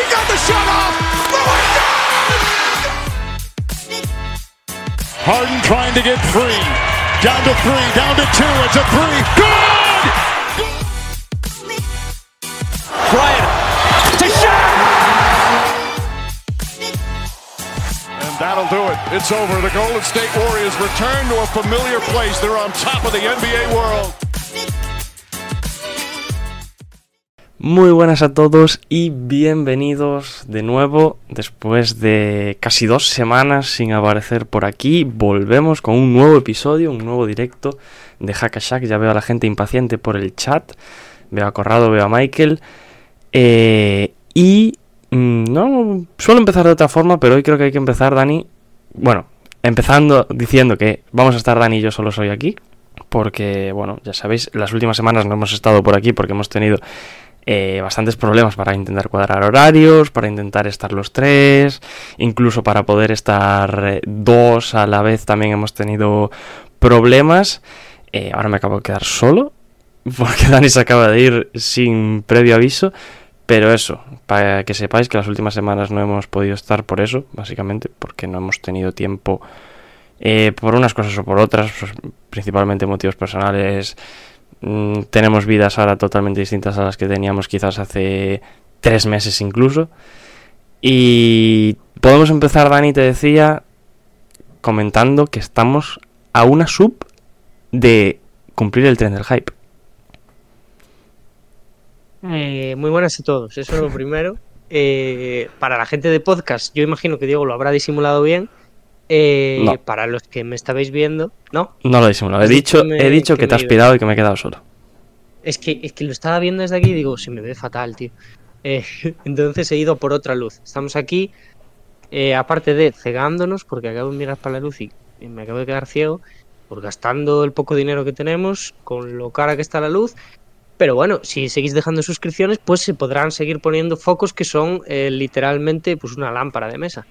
got the shot off. Harden trying to get free. Down to three, down to two. It's a three. Good! Bryant to shot. And that'll do it. It's over. The Golden State Warriors return to a familiar place. They're on top of the NBA world. Muy buenas a todos y bienvenidos de nuevo. Después de casi 2 semanas sin aparecer por aquí, volvemos con un nuevo episodio, un nuevo directo de Hack a Shack. Ya veo a la gente impaciente por el chat. Veo a Corrado, veo a Michael. No suelo empezar de otra forma, pero hoy creo que hay que empezar, Dani. Bueno, empezando diciendo que vamos a estar Dani y yo solos hoy aquí. Porque, bueno, ya sabéis, las últimas semanas no hemos estado por aquí porque hemos tenido bastantes problemas para intentar cuadrar horarios, para intentar estar los 3, incluso para poder estar 2 a la vez también hemos tenido problemas. Ahora me acabo de quedar solo porque Dani se acaba de ir sin previo aviso, pero eso, para que sepáis que las últimas semanas no hemos podido estar por eso, básicamente porque no hemos tenido tiempo por unas cosas o por otras, pues, principalmente motivos personales. Tenemos vidas ahora totalmente distintas a las que teníamos quizás hace 3 meses incluso. Y podemos empezar, Dani, te decía, comentando que estamos a una sub de cumplir el tren del hype. Muy buenas a todos, eso es lo primero. Para la gente de podcast, yo imagino que Diego lo habrá disimulado bien. No. Para los que me estabais viendo, ¿no? No lo he disimulado, he dicho que te has pirado y que me he quedado solo. Es que lo estaba viendo desde aquí y digo, se me ve fatal, tío. Entonces he ido por otra luz. Estamos aquí, aparte de cegándonos, porque acabo de mirar para la luz y me acabo de quedar ciego, por gastando el poco dinero que tenemos, con lo cara que está la luz. Pero bueno, si seguís dejando suscripciones, pues se podrán seguir poniendo focos que son literalmente pues una lámpara de mesa.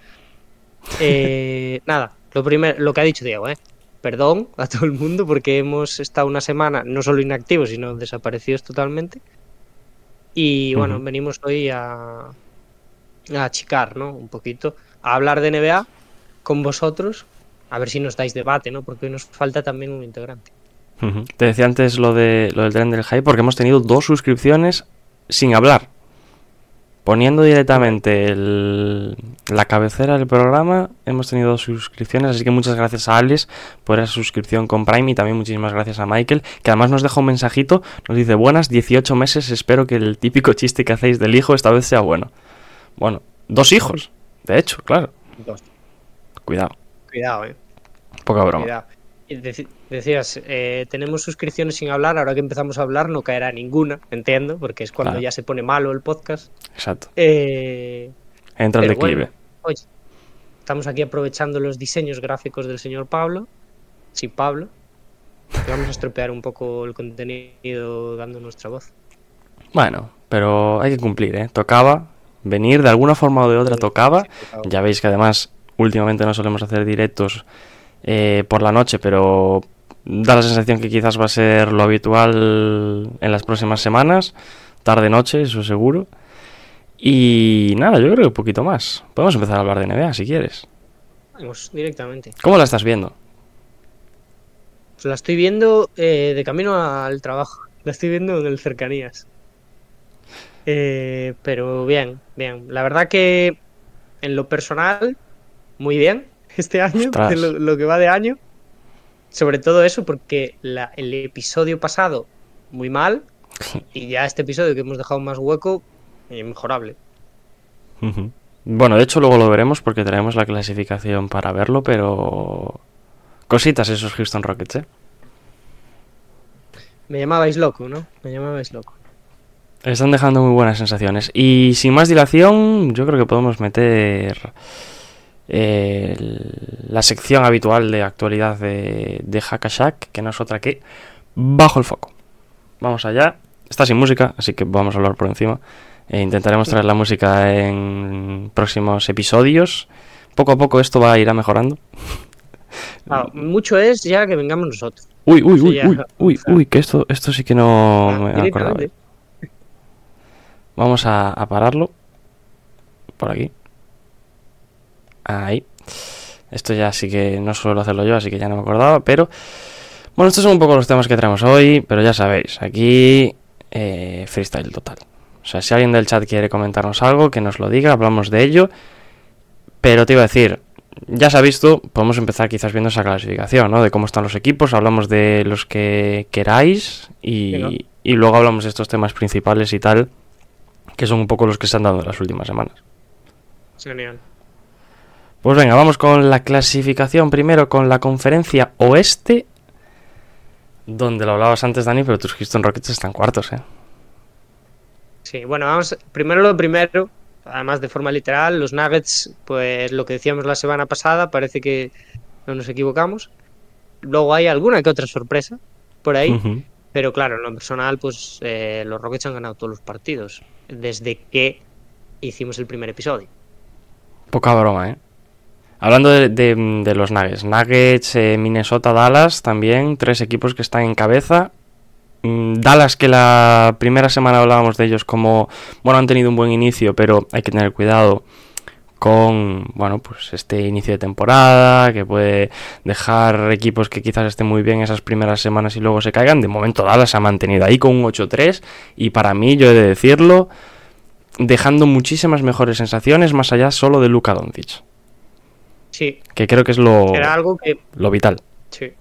Nada, lo que ha dicho Diego, perdón a todo el mundo porque hemos estado una semana no solo inactivos sino desaparecidos totalmente y bueno, venimos hoy a achicar, ¿no? Un poquito, a hablar de NBA con vosotros, a ver si nos dais debate, ¿no? Porque hoy nos falta también un integrante. Te decía antes lo del tren del hype porque hemos tenido 2 suscripciones sin hablar. Poniendo directamente la cabecera del programa, hemos tenido 2 suscripciones, así que muchas gracias a Alex por esa suscripción con Prime y también muchísimas gracias a Michael, que además nos deja un mensajito, nos dice: buenas, 18 meses, espero que el típico chiste que hacéis del hijo esta vez sea bueno. Bueno, 2 hijos, de hecho, claro. 2. Cuidado, poca broma. Cuidado. Decías, tenemos suscripciones sin hablar, ahora que empezamos a hablar no caerá ninguna, entiendo, porque es cuando ya se pone malo el podcast. Exacto. Entra el declive. Bueno, oye, estamos aquí aprovechando los diseños gráficos del señor Pablo. Sí, Pablo. Que vamos a estropear un poco el contenido dando nuestra voz. Bueno, pero hay que cumplir, Tocaba venir, de alguna forma o de otra tocaba. Ya veis que además últimamente no solemos hacer directos por la noche, pero da la sensación que quizás va a ser lo habitual en las próximas semanas, tarde-noche, eso seguro. Y nada, yo creo que un poquito más. Podemos empezar a hablar de NBA si quieres. Vamos directamente. ¿Cómo la estás viendo? Pues la estoy viendo de camino al trabajo. La estoy viendo en el Cercanías. Pero bien. La verdad que en lo personal, muy bien este año, lo que va de año. Sobre todo eso, porque el episodio pasado, muy mal. Y ya este episodio que hemos dejado más hueco, mejorable. Bueno, de hecho luego lo veremos porque traemos la clasificación para verlo, pero cositas esos Houston Rockets, Me llamabais loco, ¿no? Me llamabais loco. Están dejando muy buenas sensaciones. Y sin más dilación, yo creo que podemos meter la sección habitual de actualidad de Hack a Shack, que no es otra que Bajo el Foco. Vamos allá. Está sin música, así que vamos a hablar por encima. Intentaremos traer la música en próximos episodios. Poco a poco esto irá mejorando. Mucho es ya que vengamos nosotros. Uy, que esto sí que no me acordaba. Vamos a pararlo. por aquí. Ahí. Esto ya sí que no suelo hacerlo yo, así que ya no me acordaba, pero... Bueno, estos son un poco los temas que traemos hoy, pero ya sabéis, aquí freestyle total. O sea, si alguien del chat quiere comentarnos algo, que nos lo diga, hablamos de ello. Pero te iba a decir, ya se ha visto, podemos empezar quizás viendo esa clasificación, ¿no? De cómo están los equipos, hablamos de los que queráis y luego hablamos de estos temas principales y tal, que son un poco los que se han dado en las últimas semanas. Genial. Pues venga, vamos con la clasificación primero, con la conferencia oeste, donde lo hablabas antes, Dani, pero tus Houston Rockets están cuartos, ¿eh? Sí, bueno, vamos primero lo primero, además de forma literal, los Nuggets, pues lo que decíamos la semana pasada, parece que no nos equivocamos. Luego hay alguna que otra sorpresa por ahí, pero claro, en lo personal, pues los Rockets han ganado todos los partidos desde que hicimos el primer episodio. Poca broma, ¿eh? Hablando de los Nuggets, Minnesota, Dallas, también 3 equipos que están en cabeza. Dallas, que la primera semana hablábamos de ellos como, bueno, han tenido un buen inicio, pero hay que tener cuidado con, bueno, pues este inicio de temporada, que puede dejar equipos que quizás estén muy bien esas primeras semanas y luego se caigan. De momento Dallas se ha mantenido ahí con un 8-3 y para mí, yo he de decirlo, dejando muchísimas mejores sensaciones más allá solo de Luka Doncic. Sí. Que creo que es Era algo lo vital. Sí.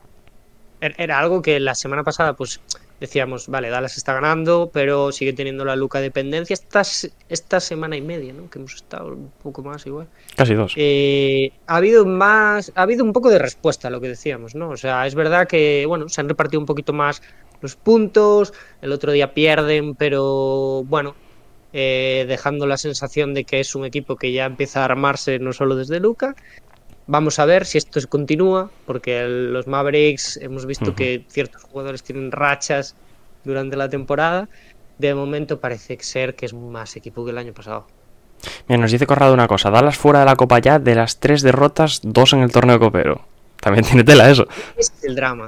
Era algo que la semana pasada pues decíamos, vale, Dallas está ganando, pero sigue teniendo la Luka dependencia. Esta semana y media, ¿no? Que hemos estado un poco más igual. Casi 2. Ha habido un poco de respuesta a lo que decíamos, ¿no? O sea, es verdad que, bueno, se han repartido un poquito más los puntos, el otro día pierden, pero bueno, dejando la sensación de que es un equipo que ya empieza a armarse no solo desde Luka. Vamos a ver si esto se continúa, porque los Mavericks hemos visto que ciertos jugadores tienen rachas durante la temporada. De momento parece ser que es más equipo que el año pasado. Mira, nos dice Corrado una cosa. Dallas fuera de la Copa ya, de las 3 derrotas, 2 en el torneo copero. También tiene tela eso. Es el drama.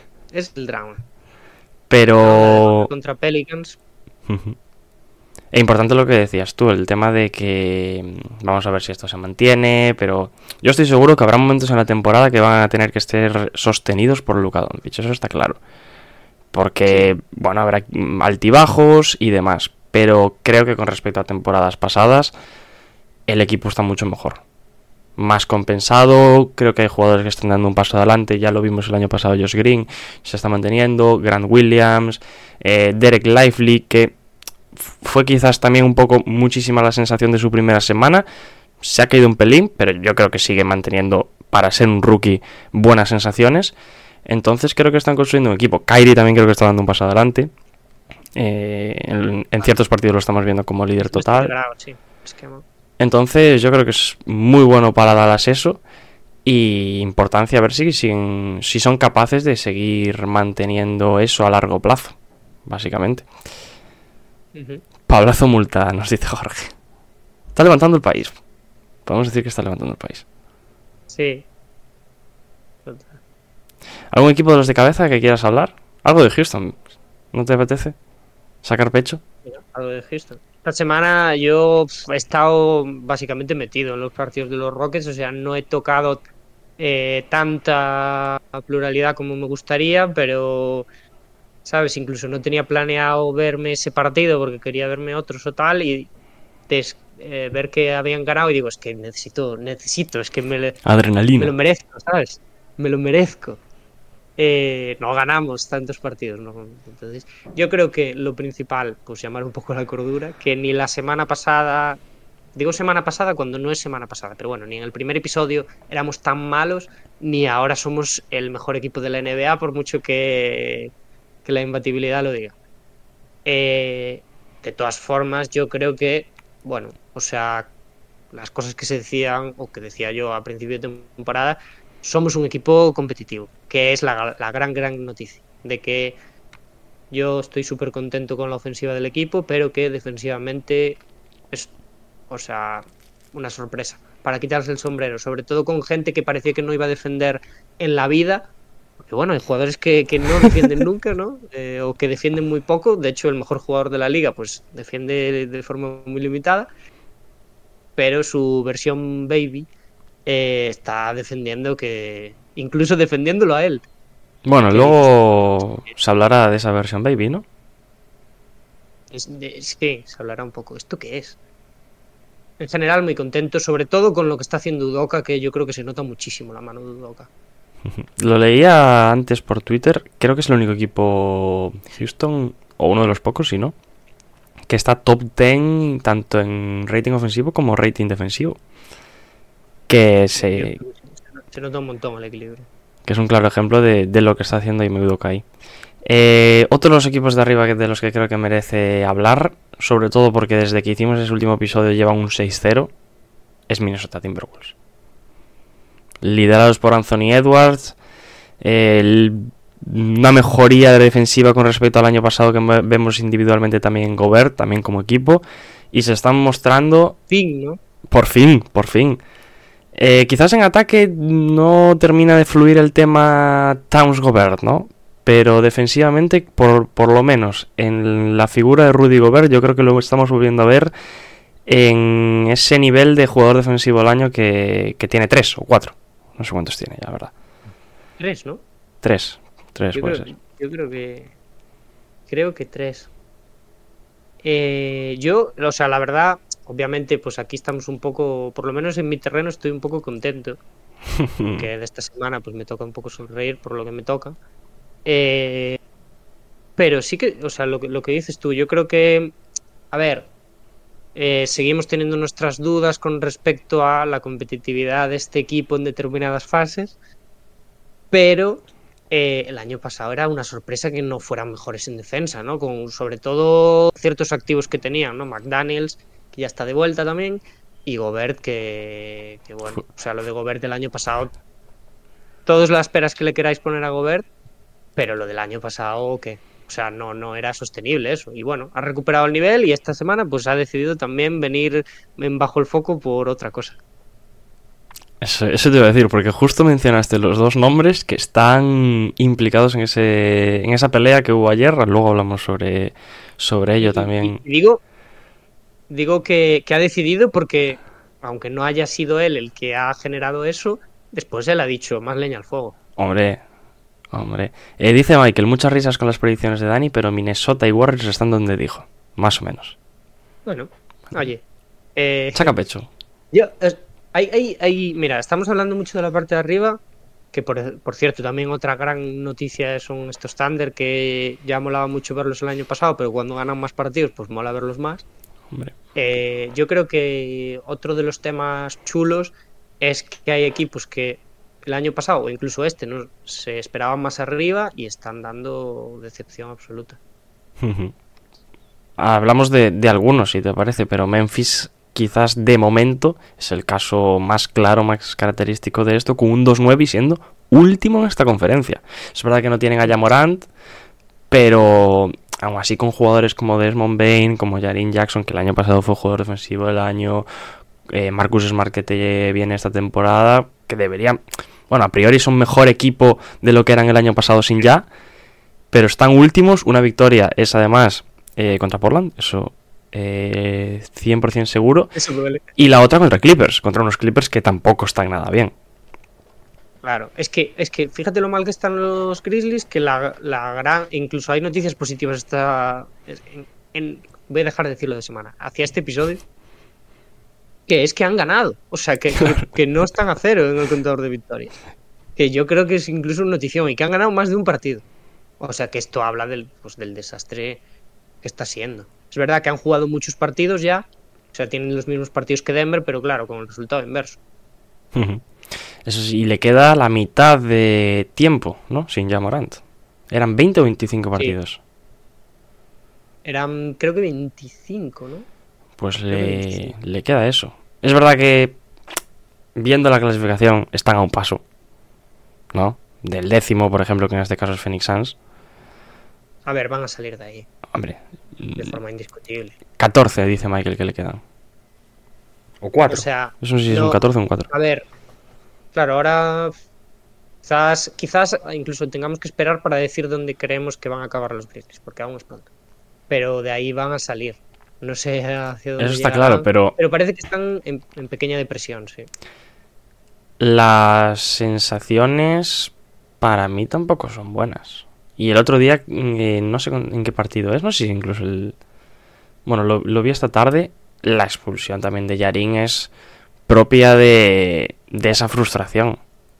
Pero... Contra Pelicans... Es importante lo que decías tú, el tema de que vamos a ver si esto se mantiene, pero yo estoy seguro que habrá momentos en la temporada que van a tener que estar sostenidos por Luka Doncic, eso está claro. Porque, bueno, habrá altibajos y demás, pero creo que con respecto a temporadas pasadas, el equipo está mucho mejor. Más compensado, creo que hay jugadores que están dando un paso adelante, ya lo vimos el año pasado, Josh Green se está manteniendo, Grant Williams, Derek Lively, que fue quizás también un poco muchísima la sensación de su primera semana, se ha caído un pelín, pero yo creo que sigue manteniendo, para ser un rookie, buenas sensaciones. Entonces creo que están construyendo un equipo. Kyrie también creo que está dando un paso adelante, en ciertos partidos lo estamos viendo como líder total. Entonces yo creo que es muy bueno para Dallas eso, y importancia a ver si son capaces de seguir manteniendo eso a largo plazo, básicamente. Pablazo multa, nos dice Jorge. Está levantando el país. Podemos decir que está levantando el país. Sí. ¿Algún equipo de los de cabeza que quieras hablar? Algo de Houston. ¿No te apetece sacar pecho? Mira, algo de Houston. Esta semana yo he estado básicamente metido en los partidos de los Rockets, o sea, no he tocado tanta pluralidad como me gustaría, pero... ¿Sabes? Incluso no tenía planeado verme ese partido porque quería verme otros o tal, y ver que habían ganado y digo, es que necesito, es que adrenalina. Me lo merezco, ¿sabes? Me lo merezco. No ganamos tantos partidos, ¿no? Entonces, yo creo que lo principal, pues llamar un poco la cordura, que ni la semana pasada, digo semana pasada cuando no es semana pasada, pero bueno, ni en el primer episodio éramos tan malos, ni ahora somos el mejor equipo de la NBA, por mucho que la imbatibilidad lo diga. De todas formas, yo creo que, bueno, o sea, las cosas que se decían, o que decía yo a principio de temporada, somos un equipo competitivo, que es la gran noticia, de que yo estoy súper contento con la ofensiva del equipo, pero que defensivamente es, o sea, una sorpresa, para quitarse el sombrero, sobre todo con gente que parecía que no iba a defender en la vida. Porque bueno, hay jugadores que no defienden nunca, ¿no? O que defienden muy poco. De hecho, el mejor jugador de la liga pues defiende de forma muy limitada. pero su versión baby está defendiendo que... Incluso defendiéndolo a él. Bueno, ¿Qué luego se hablará de esa versión baby, ¿no? Es que se hablará un poco. ¿Esto qué es? En general, muy contento, sobre todo con lo que está haciendo Udoka, que yo creo que se nota muchísimo la mano de Udoka. Lo leía antes por Twitter. Creo que es el único equipo Houston, o uno de los pocos, si no, que está top 10 tanto en rating ofensivo como rating defensivo. Que Se nota un montón el equilibrio. que es un claro ejemplo de lo que está haciendo Ime Udoka ahí. Otro de los equipos de arriba de los que creo que merece hablar, sobre todo porque desde que hicimos ese último episodio lleva un 6-0, es Minnesota Timberwolves. Liderados por Anthony Edwards, una mejoría defensiva con respecto al año pasado que vemos individualmente también en Gobert, también como equipo, y se están mostrando... Fin, ¿no? Por fin. Quizás en ataque no termina de fluir el tema Towns-Gobert, ¿no? Pero defensivamente, por lo menos en la figura de Rudy Gobert, yo creo que lo estamos volviendo a ver en ese nivel de jugador defensivo del año que tiene 3 o 4. No sé cuántos tiene ya, la verdad. 3, ¿no? 3 puede ser. Yo creo que 3. Yo, o sea, la verdad, obviamente, pues aquí estamos un poco, por lo menos en mi terreno estoy un poco contento. Que de esta semana pues me toca un poco sonreír por lo que me toca. Pero sí que, o sea, lo que dices tú, yo creo que, a ver, seguimos teniendo nuestras dudas con respecto a la competitividad de este equipo en determinadas fases, pero el año pasado era una sorpresa que no fueran mejores en defensa, ¿no? Con sobre todo ciertos activos que tenían, ¿no? McDaniels, que ya está de vuelta también, y Gobert, que bueno, o sea, lo de Gobert del año pasado, todas las peras que le queráis poner a Gobert, pero lo del año pasado, ¿qué? O sea, no era sostenible eso. Y bueno, ha recuperado el nivel y esta semana pues ha decidido también venir bajo el foco por otra cosa. Eso te iba a decir, porque justo mencionaste los dos nombres que están implicados en esa pelea que hubo ayer. Luego hablamos sobre ello también. Y digo que ha decidido porque, aunque no haya sido él el que ha generado eso, después él ha dicho más leña al fuego. Hombre. Dice Michael, muchas risas con las predicciones de Dani, pero Minnesota y Warriors están donde dijo, más o menos. Bueno, oye. Saca pecho. Mira, estamos hablando mucho de la parte de arriba, que por cierto, también otra gran noticia son estos Thunder, que ya molaba mucho verlos el año pasado, pero cuando ganan más partidos, pues mola verlos más. Hombre. Yo creo que otro de los temas chulos es que hay equipos que el año pasado o incluso no se esperaban más arriba y están dando decepción absoluta. Hablamos de algunos, si te parece, pero Memphis quizás de momento es el caso más claro, más característico de esto, con un 2-9 y siendo último en esta conferencia. Es verdad que no tienen a Ja Morant, pero aún así con jugadores como Desmond Bane, como Jaren Jackson, que el año pasado fue jugador defensivo del año, Marcus Smart, que te viene esta temporada, que deberían, bueno, a priori son mejor equipo de lo que eran el año pasado sin Ja, pero están últimos. Una victoria es además contra Portland, eso 100% seguro, Eso duele. y la otra contra unos Clippers que tampoco están nada bien. Claro, es que fíjate lo mal que están los Grizzlies, que la gran, incluso hay noticias positivas voy a dejar de decirlo de semana, hacia este episodio, que es que han ganado, o sea, que no están a cero en el contador de victorias, que yo creo que es incluso una notición, y que han ganado más de un partido, o sea, que esto habla del desastre que está siendo. Es verdad que han jugado muchos partidos ya, o sea, tienen los mismos partidos que Denver, pero claro, con el resultado inverso. Eso sí, y le queda la mitad de tiempo, ¿no? Sin Ja Morant. ¿Eran 20 o 25 partidos? Sí. Eran, creo que 25, ¿no? Pues le queda eso. Es verdad que, viendo la clasificación, están a un paso, ¿no? Del 10º, por ejemplo, que en este caso es Phoenix Suns. A ver, van a salir de ahí. Hombre. De forma indiscutible. 14, dice Michael, que le quedan. O 4. O sea, eso sí, es un 14 o un 4. A ver, claro, ahora quizás incluso tengamos que esperar para decir dónde creemos que van a acabar los Grizzlies, porque aún es pronto. Pero de ahí van a salir. No sé hacia dónde Eso está llegarán, claro, pero parece que están en pequeña depresión, sí. las sensaciones para mí tampoco son buenas. Y el otro día, no sé en qué partido es, no sé si incluso el... Bueno, lo vi esta tarde. La expulsión también de Yarín es propia de esa frustración.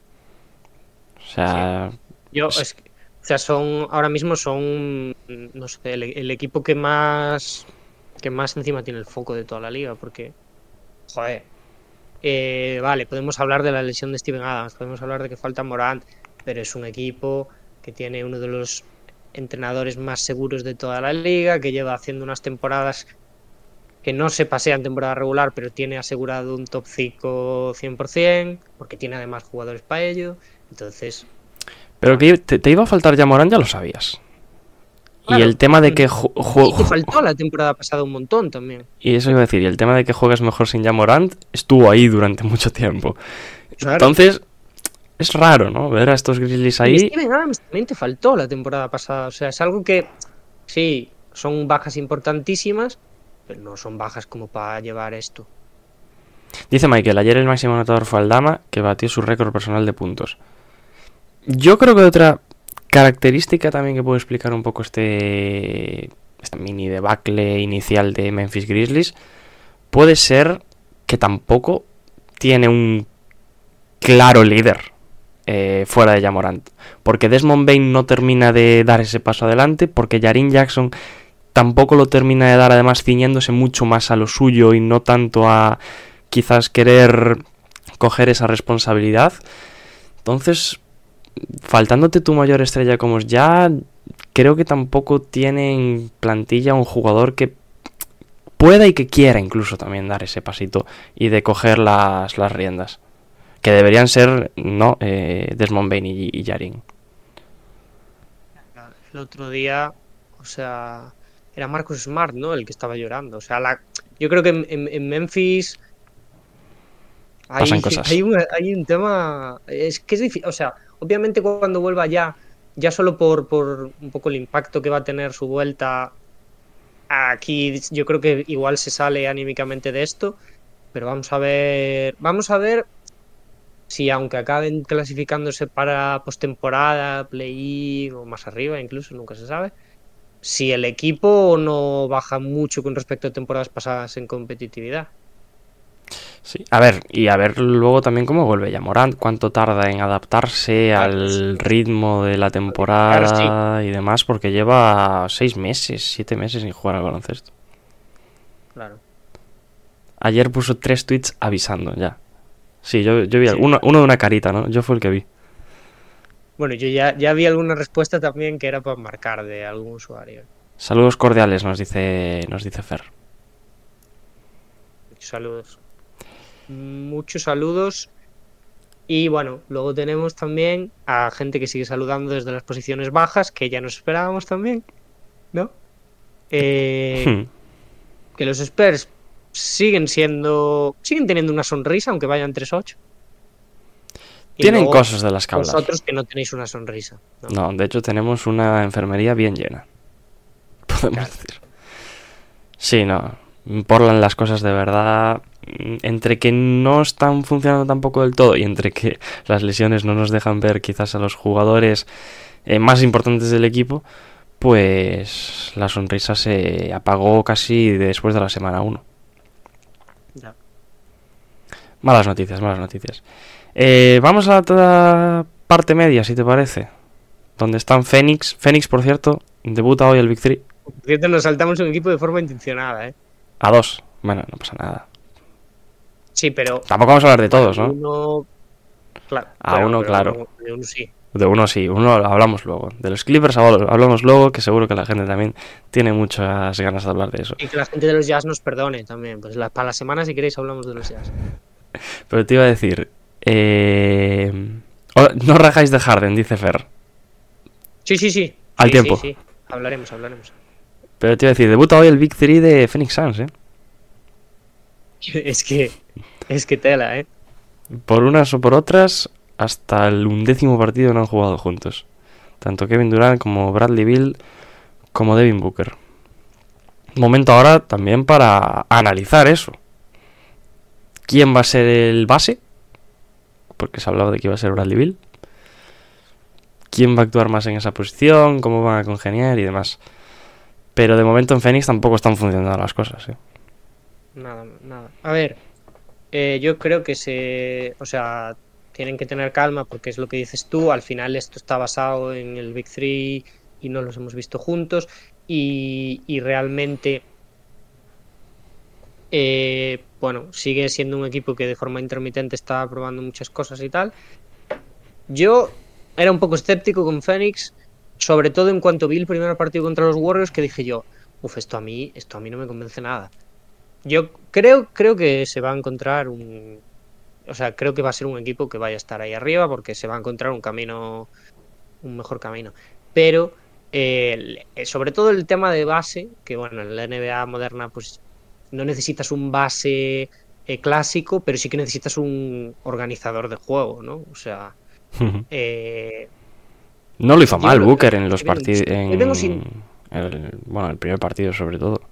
O sea, O sea, ahora mismo son, no sé, el equipo que más encima tiene el foco de toda la liga, porque, joder, vale, podemos hablar de la lesión de Steven Adams, podemos hablar de que falta Morant, pero es un equipo que tiene uno de los entrenadores más seguros de toda la liga, que lleva haciendo unas temporadas que no se pasea en temporada regular, pero tiene asegurado un top 5 100%, porque tiene además jugadores para ello. Entonces, pero que te iba a faltar ya Morán, ya lo sabías. claro, Y el tema de que y te faltó la temporada pasada un montón también. y eso iba a decir, y el tema de que juegas mejor sin ya Morant estuvo ahí durante mucho tiempo. Claro. Entonces, es raro, ¿no? Ver a estos Grizzlies ahí. Y Steven Adams también te faltó la temporada pasada. O sea, es algo que sí, son bajas importantísimas, pero no son bajas como para llevar esto. Dice Michael, ayer el máximo anotador fue Aldama, que batió su récord personal de puntos. Yo creo que otra característica también que puede explicar un poco esta mini debacle inicial de Memphis Grizzlies puede ser que tampoco tiene un claro líder fuera de Ja Morant, porque Desmond Bane no termina de dar ese paso adelante, porque Jaren Jackson tampoco lo termina de dar, además ciñéndose mucho más a lo suyo y no tanto a quizás querer coger esa responsabilidad. Entonces, faltándote tu mayor estrella como es ya, creo que tampoco tiene en plantilla un jugador que pueda y que quiera incluso también dar ese pasito y de coger las riendas, que deberían ser Desmond Bane y Jaren. El otro día, o sea, era Marcus Smart, ¿no? El que estaba llorando. O sea, yo creo que en Memphis Pasan cosas. hay un tema. Es que es difícil. O sea, obviamente cuando vuelva ya solo por un poco el impacto que va a tener su vuelta, aquí yo creo que igual se sale anímicamente de esto. Pero vamos a ver si aunque acaben clasificándose para postemporada, play-in o más arriba, incluso, nunca se sabe, si el equipo no baja mucho con respecto a temporadas pasadas en competitividad. Sí, a ver luego también cómo vuelve ya Morant, cuánto tarda en adaptarse al ritmo de la temporada y demás, porque lleva 6 meses, 7 meses sin jugar al baloncesto. Claro. Ayer puso 3 tweets avisando ya. Sí, yo vi uno de una carita, ¿no? Yo fue el que vi. Bueno, yo ya vi alguna respuesta también que era para marcar de algún usuario. Saludos cordiales, nos dice Fer. Muchos saludos. Y bueno, luego tenemos también a gente que sigue saludando desde las posiciones bajas, que ya nos esperábamos también, ¿no? Que los Spurs siguen teniendo una sonrisa, aunque vayan 3-8. Tienen cosas de las que hablar. Vosotros que no tenéis una sonrisa. No, de hecho tenemos una enfermería bien llena, podemos decir. Sí, no. Portland las cosas de verdad, entre que no están funcionando tampoco del todo y entre que las lesiones no nos dejan ver quizás a los jugadores más importantes del equipo, pues la sonrisa se apagó casi después de la semana 1. Ya. Malas noticias. Vamos a la parte media, si te parece, donde están Phoenix, por cierto, debuta hoy el Big 3. Por cierto, nos saltamos un equipo de forma intencionada, A 2, bueno, no pasa nada. Sí, pero tampoco vamos a hablar de todos, ¿no? Uno, claro. Claro. De uno sí. De uno sí, uno hablamos luego. De los Clippers hablamos luego, que seguro que la gente también tiene muchas ganas de hablar de eso. Y que la gente de los Jazz nos perdone también. Pues para la semana, si queréis, hablamos de los Jazz. Pero te iba a decir... no rajáis de Harden, dice Fer. Sí. Al tiempo. Sí. Hablaremos. Pero te iba a decir, debuta hoy el Big 3 de Phoenix Suns, Es que tela, Por unas o por otras, hasta el 11º partido no han jugado juntos. Tanto Kevin Durant como Bradley Beal como Devin Booker. momento ahora también para analizar eso. ¿Quién va a ser el base? Porque se ha hablado de que iba a ser Bradley Beal. ¿Quién va a actuar más en esa posición? ¿Cómo van a congeniar y demás? Pero de momento en Phoenix tampoco están funcionando las cosas, ¿eh? Nada. A ver, yo creo que o sea, tienen que tener calma porque es lo que dices tú. Al final esto está basado en el Big Three y no los hemos visto juntos. Y realmente, bueno, sigue siendo un equipo que de forma intermitente está probando muchas cosas y tal. Yo era un poco escéptico con Phoenix, sobre todo en cuanto vi el primer partido contra los Warriors, que dije yo, esto a mí no me convence nada. Yo creo que se va a encontrar o sea, creo que va a ser un equipo que vaya a estar ahí arriba porque se va a encontrar un mejor camino. Pero sobre todo el tema de base, que bueno, en la NBA moderna pues no necesitas un base clásico, pero sí que necesitas un organizador de juego, ¿no? O sea, no lo hizo mal Booker en los estoy partidos. vengo sin- Bueno, el primer partido sobre todo.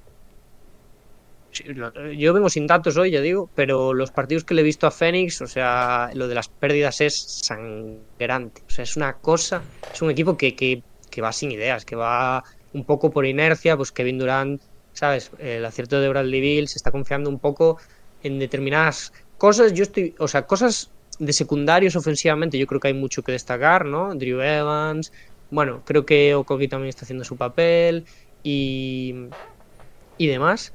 Yo vengo sin datos hoy, ya digo, pero los partidos que le he visto a Phoenix, o sea, lo de las pérdidas es sangrante. O sea, es una cosa, es un equipo que va sin ideas, que va un poco por inercia, pues Kevin Durant, ¿sabes? El acierto de Bradley Beal se está confiando un poco en determinadas cosas. O sea, cosas de secundarios ofensivamente, yo creo que hay mucho que destacar, ¿no? Drew Evans, bueno, creo que Okogie también está haciendo su papel y demás.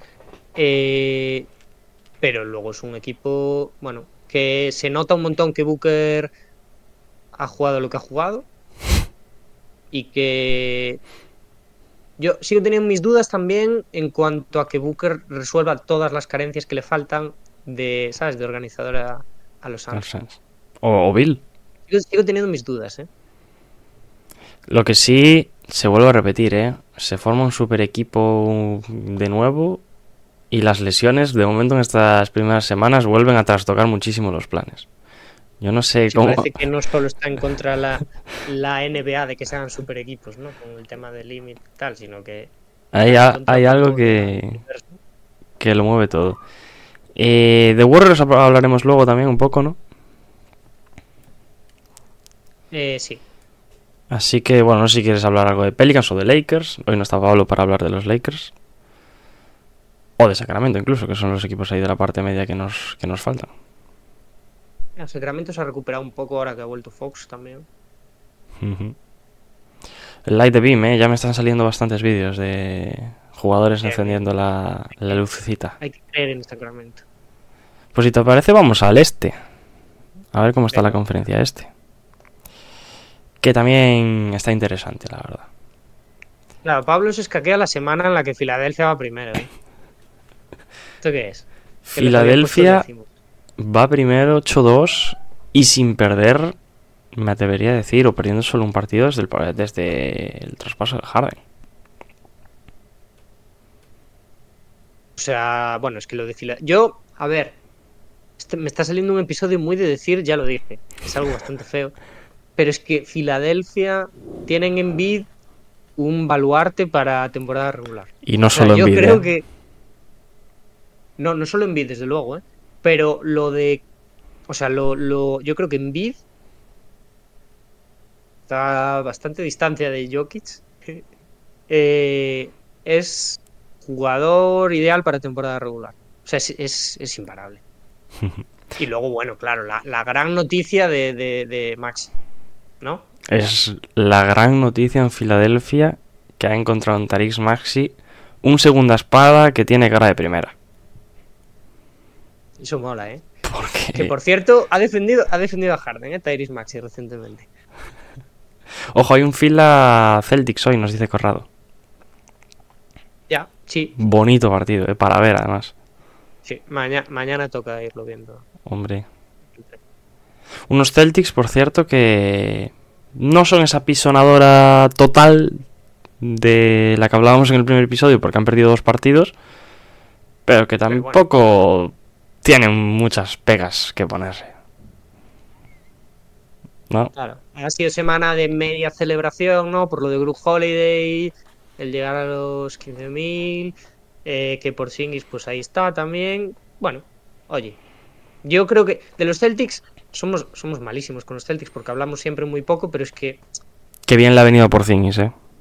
Pero luego es un equipo, bueno, que se nota un montón que Booker ha jugado lo que ha jugado y que yo sigo teniendo mis dudas también en cuanto a que Booker resuelva todas las carencias que le faltan de, ¿sabes?, de organizador a los Suns. O Bill. Sigo teniendo mis dudas, ¿eh? Lo que sí, se vuelve a repetir, ¿eh? Se forma un super equipo de nuevo y las lesiones, de momento en estas primeras semanas, vuelven a trastocar muchísimo los planes. Yo no sé Sí, cómo... parece que no solo está en contra la NBA de que se hagan super equipos, ¿no? Con el tema del límite y tal, sino que hay algo que lo mueve todo. De Warriors hablaremos luego también un poco, ¿no? Sí. Así que, bueno, no sé si quieres hablar algo de Pelicans o de Lakers. Hoy no está Pablo para hablar de los Lakers. O de Sacramento incluso, que son los equipos ahí de la parte media que nos faltan. El Sacramento se ha recuperado un poco ahora que ha vuelto Fox también. El Light the Beam, ya me están saliendo bastantes vídeos de jugadores encendiendo la lucecita. Hay que creer en Sacramento. Pues si te parece, vamos al este. A ver cómo está la conferencia este. Que también está interesante, la verdad. Claro, Pablo se escaquea la semana en la que Filadelfia va primero, ¿eh? ¿Esto qué es? Filadelfia va primero 8-2 y sin perder, me atrevería a decir, o perdiendo solo un partido desde el traspaso de Harden. O sea, bueno, es que lo de Filadelfia... Yo, a ver, me está saliendo un episodio muy de decir, ya lo dije, es algo bastante feo, pero es que Filadelfia tienen en Embiid un baluarte para temporada regular. Y no solo yo Embiid, creo que... No solo Embiid, desde luego, ¿eh? Pero lo de... O sea, yo creo que Embiid está a bastante distancia de Jokic. Es jugador ideal para temporada regular. O sea, es imparable. Y luego, bueno, claro, la gran noticia de Maxi, ¿no? Es la gran noticia en Filadelfia que ha encontrado en Tyrese Maxey un segunda espada que tiene cara de primera. Eso mola, ¿eh? Porque... Que por cierto, ha defendido a Harden, Tyrese Maxey recientemente. Ojo, hay un fila Celtics hoy, nos dice Corrado. Ya, sí. Bonito partido, para ver además. Sí, mañana toca irlo viendo. Hombre. Unos Celtics, por cierto, que no son esa pisonadora total de la que hablábamos en el primer episodio porque han perdido 2 partidos, pero que tampoco tienen muchas pegas que ponerse, ¿no? Claro, ha sido semana de media celebración, ¿no? Por lo de Group Holiday, el llegar a los 15.000, que Porzingis pues ahí está también. Bueno, oye, yo creo que de los Celtics somos malísimos con los Celtics porque hablamos siempre muy poco, pero es que... Qué bien le ha venido a Porzingis,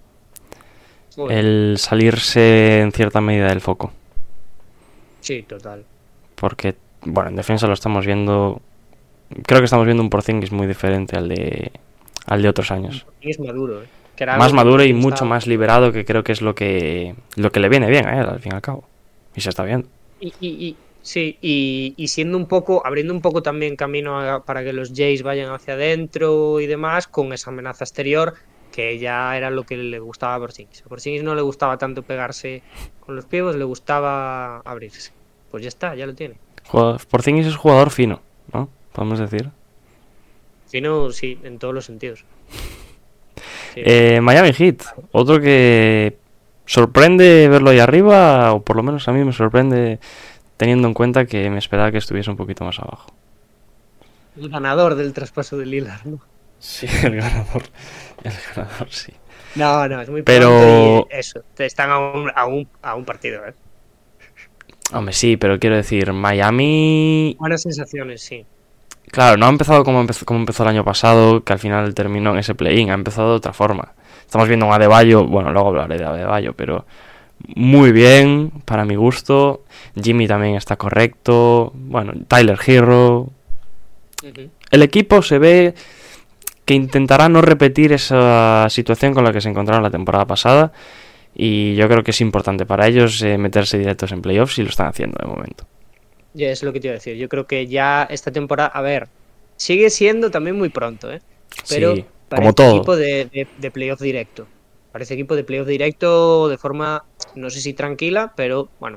Joder. el salirse en cierta medida del foco. Sí, total. Porque, bueno, en defensa lo estamos viendo. Creo que estamos viendo un Porzingis muy diferente al de otros años. Es maduro, que era Más algo maduro que y me mucho gustaba. más liberado, que creo que es lo que le viene bien a él, al fin y al cabo. Y se está viendo. Sí, y siendo un poco, abriendo un poco también camino para que los Jays vayan hacia adentro y demás, con esa amenaza exterior, que ya era lo que le gustaba a Porzingis. A Porzingis no le gustaba tanto pegarse con los pies, le gustaba abrirse. Pues ya está, ya lo tiene. Porzingis es jugador fino, ¿no? Podemos decir. Fino, sí, en todos los sentidos. Sí. Miami Heat, otro que sorprende verlo ahí arriba, o por lo menos a mí me sorprende teniendo en cuenta que me esperaba que estuviese un poquito más abajo. El ganador del traspaso de Lillard, ¿no? Sí, el ganador, sí. No, es muy Pero... pronto y eso, están a un partido, ¿eh? Hombre, sí, pero quiero decir, Miami... Buenas sensaciones, sí. Claro, no ha empezado como empezó el año pasado, que al final terminó en ese play-in, ha empezado de otra forma. Estamos viendo un Adebayo, bueno, luego hablaré de Adebayo, pero muy bien, para mi gusto. Jimmy también está correcto, bueno, Tyler Hero. El equipo se ve que intentará no repetir esa situación con la que se encontraron la temporada pasada, y yo creo que es importante para ellos meterse directos en playoffs, y lo están haciendo de momento. Ya es lo que te iba a decir. Yo creo que ya esta temporada, a ver, sigue siendo también muy pronto, pero Sí, parece como todo. equipo de playoff directo. Parece equipo de playoff directo de forma, no sé si tranquila, pero bueno.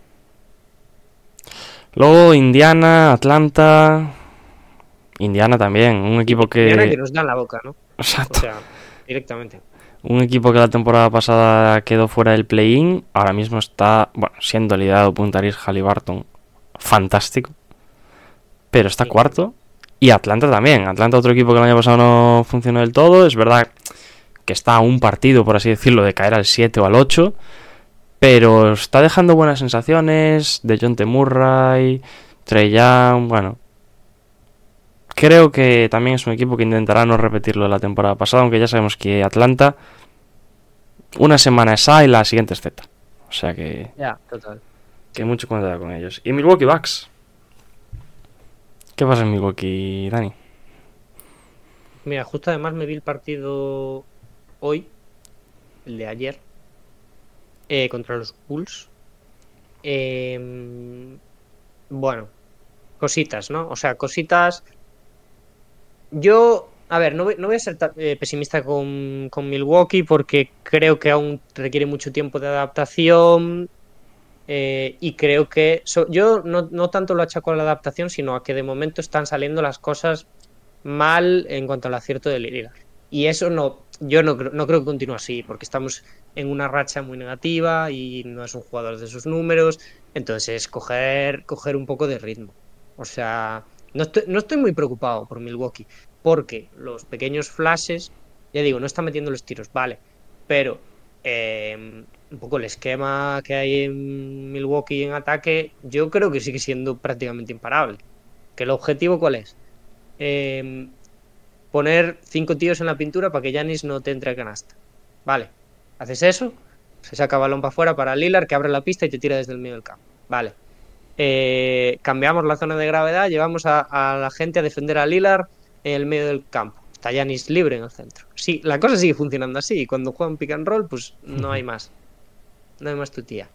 Luego Indiana, Atlanta. Indiana también, un equipo Que nos dan la boca, ¿no? Exacto. O sea, directamente. Un equipo que la temporada pasada quedó fuera del play-in, ahora mismo está, bueno, siendo liderado por un Tyrese Haliburton fantástico, pero está Sí. cuarto. Y Atlanta también. Atlanta, otro equipo que el año pasado no funcionó del todo. Es verdad que está a un partido, por así decirlo, de caer al 7 o al 8, pero está dejando buenas sensaciones. De Dejounte Murray, Trae Young, bueno. Creo que también es un equipo que intentará no repetirlo de la temporada pasada, aunque ya sabemos que Atlanta una semana es A y la siguiente es Z. O sea que Ya, total. que mucho cuidado con ellos. Y Milwaukee Bucks. ¿Qué pasa en Milwaukee, Dani? Mira, justo además me vi el partido hoy, el de ayer, contra los Bulls. Bueno, cositas, ¿no? O sea, cositas. Yo, a ver, no voy a ser pesimista con Milwaukee porque creo que aún requiere mucho tiempo de adaptación. Y creo que yo no tanto lo achaco a la adaptación, sino a que de momento están saliendo las cosas mal en cuanto al acierto de Lillard. Y eso yo no creo que continúe así, porque estamos en una racha muy negativa y no es un jugador de sus números. Entonces, coger un poco de ritmo. O sea, no estoy muy preocupado por Milwaukee, porque los pequeños flashes, ya digo, no está metiendo los tiros, vale, pero un poco el esquema que hay en Milwaukee en ataque, yo creo que sigue siendo prácticamente imparable. ¿Que el objetivo cuál es? Poner 5 tíos en la pintura para que Giannis no te entre a canasta. Vale, haces eso, se saca balón para afuera para Lillard, que abre la pista y te tira desde el medio del campo. Vale. Cambiamos la zona de gravedad, llevamos a la gente a defender a Lillard en el medio del campo. Está Giannis libre en el centro. Sí, la cosa sigue funcionando así. Y cuando juegan pick and roll, pues no hay más. No hay más tu tía.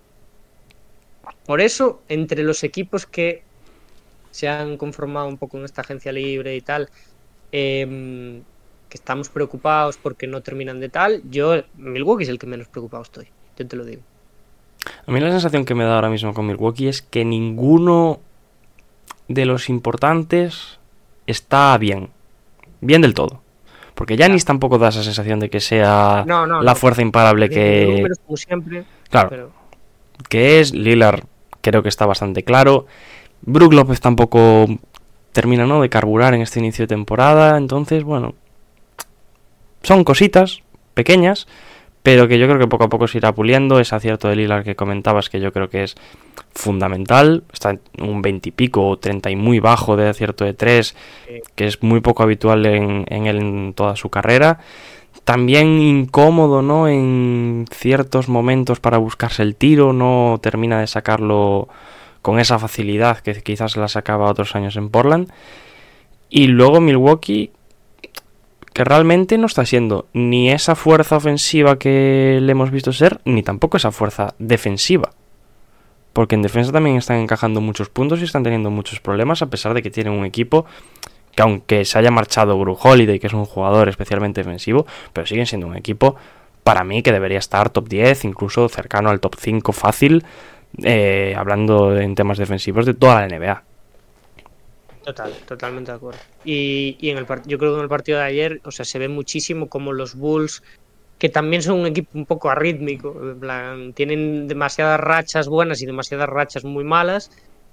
Por eso, entre los equipos que se han conformado un poco en esta agencia libre y tal, que estamos preocupados porque no terminan de tal, Milwaukee es el que menos preocupado estoy. Yo te lo digo. A mí la sensación que me da ahora mismo con Milwaukee es que ninguno de los importantes está bien del todo. Porque Giannis tampoco da esa sensación de que sea la fuerza imparable que... Números, como siempre, claro, pero... que es. Lillard creo que está bastante claro. Brook López tampoco termina, ¿no?, de carburar en este inicio de temporada. Entonces, bueno, son cositas pequeñas, pero que yo creo que poco a poco se irá puliendo. Ese acierto de Lillard que comentabas, que yo creo que es fundamental, está en un 20 y pico o 30 y muy bajo de acierto de 3, que es muy poco habitual en él en toda su carrera. También incómodo, ¿no?, en ciertos momentos para buscarse el tiro, no termina de sacarlo con esa facilidad que quizás la sacaba otros años en Portland. Y luego Milwaukee, que realmente no está siendo ni esa fuerza ofensiva que le hemos visto ser, ni tampoco esa fuerza defensiva. Porque en defensa también están encajando muchos puntos y están teniendo muchos problemas, a pesar de que tienen un equipo que, aunque se haya marchado Jrue Holiday, que es un jugador especialmente defensivo, pero siguen siendo un equipo, para mí, que debería estar top 10, incluso cercano al top 5 fácil, hablando en temas defensivos de toda la NBA. Totalmente de acuerdo. Y yo creo que en el partido de ayer, o sea, se ve muchísimo como los Bulls, que también son un equipo un poco arrítmico, en plan, tienen demasiadas rachas buenas y demasiadas rachas muy malas.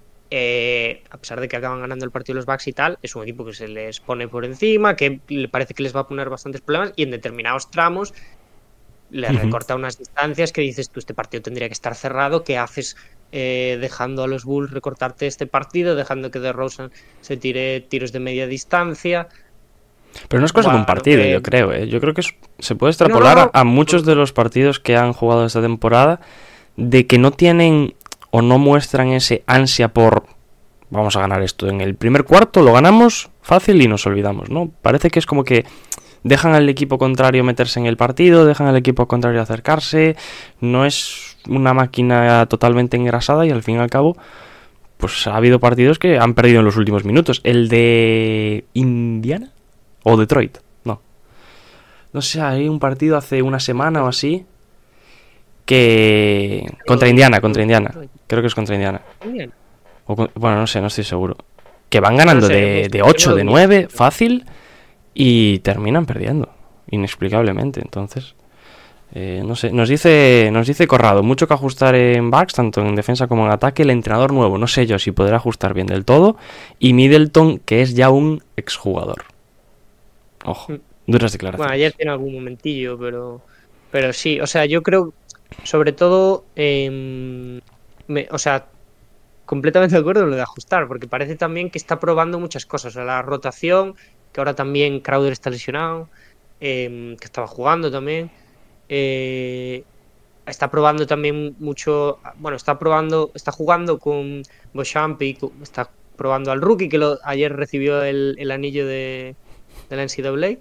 A pesar de que acaban ganando el partido los Bucks y tal, es un equipo que se les pone por encima, que le parece que les va a poner bastantes problemas, y en determinados tramos les recorta unas distancias que dices tú, este partido tendría que estar cerrado. ¿Qué haces dejando a los Bulls recortarte este partido, dejando que DeRozan se tire tiros de media distancia? Pero no es cosa de un partido, yo creo, ¿eh? Yo creo que se puede extrapolar a muchos de los partidos que han jugado esta temporada, de que no tienen o no muestran ese ansia por vamos a ganar esto. En el primer cuarto lo ganamos fácil y nos olvidamos, ¿no? Parece que es como que dejan al equipo contrario meterse en el partido, dejan al equipo contrario acercarse, no es una máquina totalmente engrasada, y al fin y al cabo pues ha habido partidos que han perdido en los últimos minutos. El de Indiana o Detroit, no sé, hay un partido hace una semana o así que contra Indiana, creo que es contra Indiana, bueno, no sé, no estoy seguro, que van ganando de 8, de 9 fácil y terminan perdiendo inexplicablemente. Entonces no sé, nos dice Corrado, mucho que ajustar en Bucks, tanto en defensa como en ataque. El entrenador nuevo, no sé yo si podrá ajustar bien del todo, y Middleton, que es ya un exjugador. Ojo, duras declaraciones. Bueno, ayer tiene algún momentillo, pero sí, o sea, yo creo, sobre todo, o sea, completamente de acuerdo en lo de ajustar, porque parece también que está probando muchas cosas. O sea, la rotación, que ahora también Crowder está lesionado, que estaba jugando también. Está probando también mucho. Bueno, está jugando con Beauchamp y está probando al rookie que ayer recibió el anillo de la NCAA.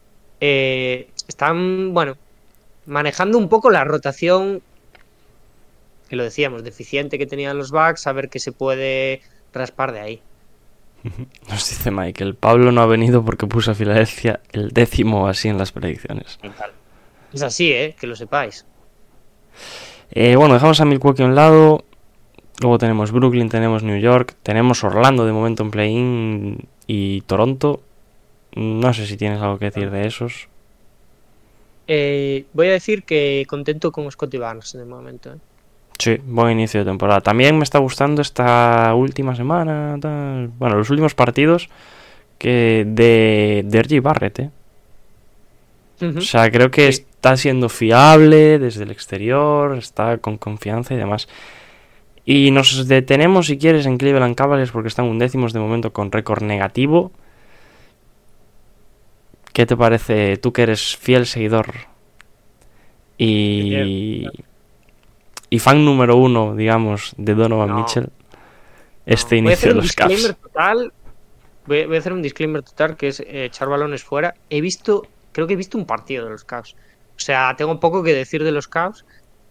Están, bueno, manejando un poco la rotación, que lo decíamos, deficiente que tenían los Bucks, a ver qué se puede raspar de ahí. Nos dice Michael, Pablo no ha venido porque puso a Filadelfia el 10º así en las predicciones. Es así, que lo sepáis. Bueno, dejamos a Milwaukee a un lado. Luego tenemos Brooklyn, tenemos New York, tenemos Orlando de momento en play-in y Toronto. No sé si tienes algo que decir de esos. Voy a decir que contento con Scottie Barnes de momento. Sí, buen inicio de temporada. También me está gustando esta última semana, bueno, los últimos partidos de R.J. Barrett, O sea, creo que está siendo fiable desde el exterior, está con confianza y demás. Y nos detenemos, si quieres, en Cleveland Cavaliers, porque están 11º de momento con récord negativo. ¿Qué te parece, tú que eres fiel seguidor y fan número 1, digamos, de Donovan Mitchell, inicio de los Cavs? Voy a hacer un disclaimer total, que es echar balones fuera. Creo que he visto un partido de los Cavs. O sea, tengo poco que decir de los Cavs.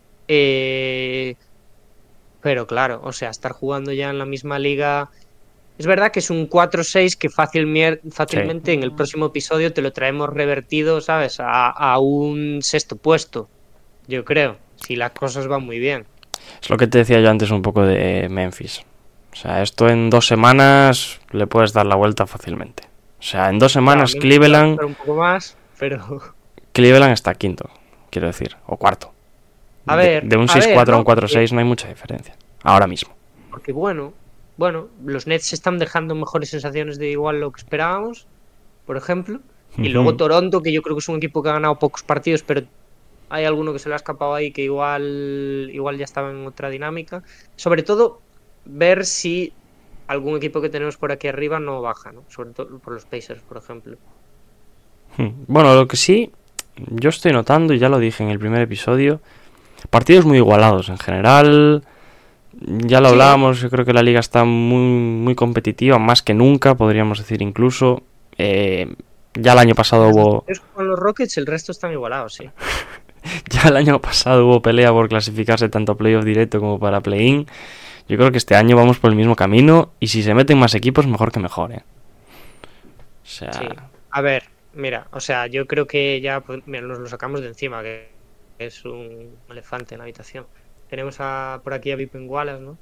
Pero claro, o sea, estar jugando ya en la misma liga. Es verdad que es un 4-6 que fácilmente en el próximo episodio te lo traemos revertido, ¿sabes? A un 6º puesto, yo creo, si las cosas van muy bien. Es lo que te decía yo antes un poco de Memphis. O sea, esto en 2 semanas le puedes dar la vuelta fácilmente. O sea, en 2 semanas claro, Cleveland... Un poco más, pero... Cleveland está 5º, quiero decir, o 4º. A ver, de un 6-4 a un 4-6 no hay mucha diferencia, ahora mismo. Porque bueno, los Nets están dejando mejores sensaciones de igual lo que esperábamos, por ejemplo. Y luego Toronto, que yo creo que es un equipo que ha ganado pocos partidos, pero hay alguno que se le ha escapado ahí que igual ya estaba en otra dinámica. Sobre todo, ver si algún equipo que tenemos por aquí arriba no baja, ¿no? Sobre todo por los Pacers, por ejemplo. Bueno, lo que sí, yo estoy notando, y ya lo dije en el primer episodio, partidos muy igualados en general. Ya lo hablábamos, yo creo que la liga está muy, muy competitiva, más que nunca, podríamos decir incluso. Ya el año pasado hubo... Con los Rockets el resto están igualados, sí. Ya el año pasado hubo pelea por clasificarse tanto a playoff directo como para play-in. Yo creo que este año vamos por el mismo camino y si se meten más equipos, mejor que mejor, ¿eh? O sea... Sí. A ver, mira, o sea, yo creo que ya pues, mira, nos lo sacamos de encima, que es un elefante en la habitación. Tenemos por aquí a Vipen Wallace, ¿no?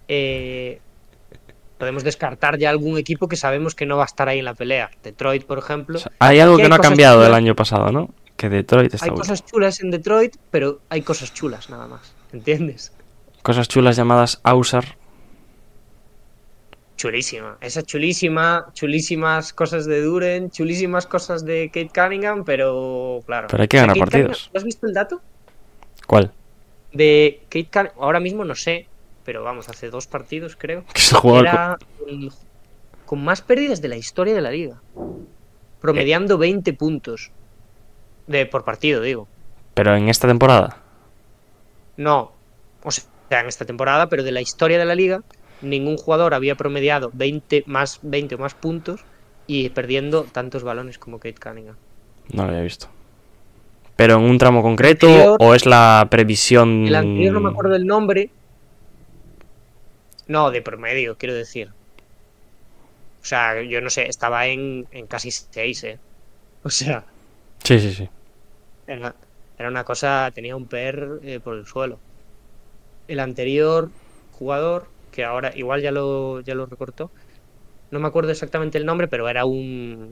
Podemos descartar ya algún equipo que sabemos que no va a estar ahí en la pelea. Detroit, por ejemplo. O sea, hay algo Aquí que no ha cambiado chulas. del año pasado, ¿no? Que Detroit está Hay último. cosas chulas en Detroit, pero hay cosas chulas nada más. ¿Entiendes? Cosas chulas llamadas Ausar. Chulísima. Esa chulísima. Chulísimas cosas de Duren. Chulísimas cosas de Kate Cunningham, pero claro. Pero hay que ganar Kate partidos. ¿Has visto el dato? ¿Cuál? De Kate Cunningham. Ahora mismo no sé, pero vamos, hace 2 partidos creo. Que es el jugador Era con más pérdidas de la historia de la liga. Promediando 20 puntos. Por partido, digo. Pero en esta temporada. No, o sea, en esta temporada, pero de la historia de la liga, ningún jugador había promediado 20 o más puntos y perdiendo tantos balones como Kate Cunningham. No lo había visto. ¿Pero en un tramo concreto anterior, o es la previsión? El anterior no me acuerdo del nombre. No, de promedio, quiero decir. O sea, yo no sé, estaba en casi 6, ¿eh? O sea... Sí. Era una cosa, tenía un PER por el suelo. El anterior jugador, que ahora igual ya lo recortó, no me acuerdo exactamente el nombre, pero era un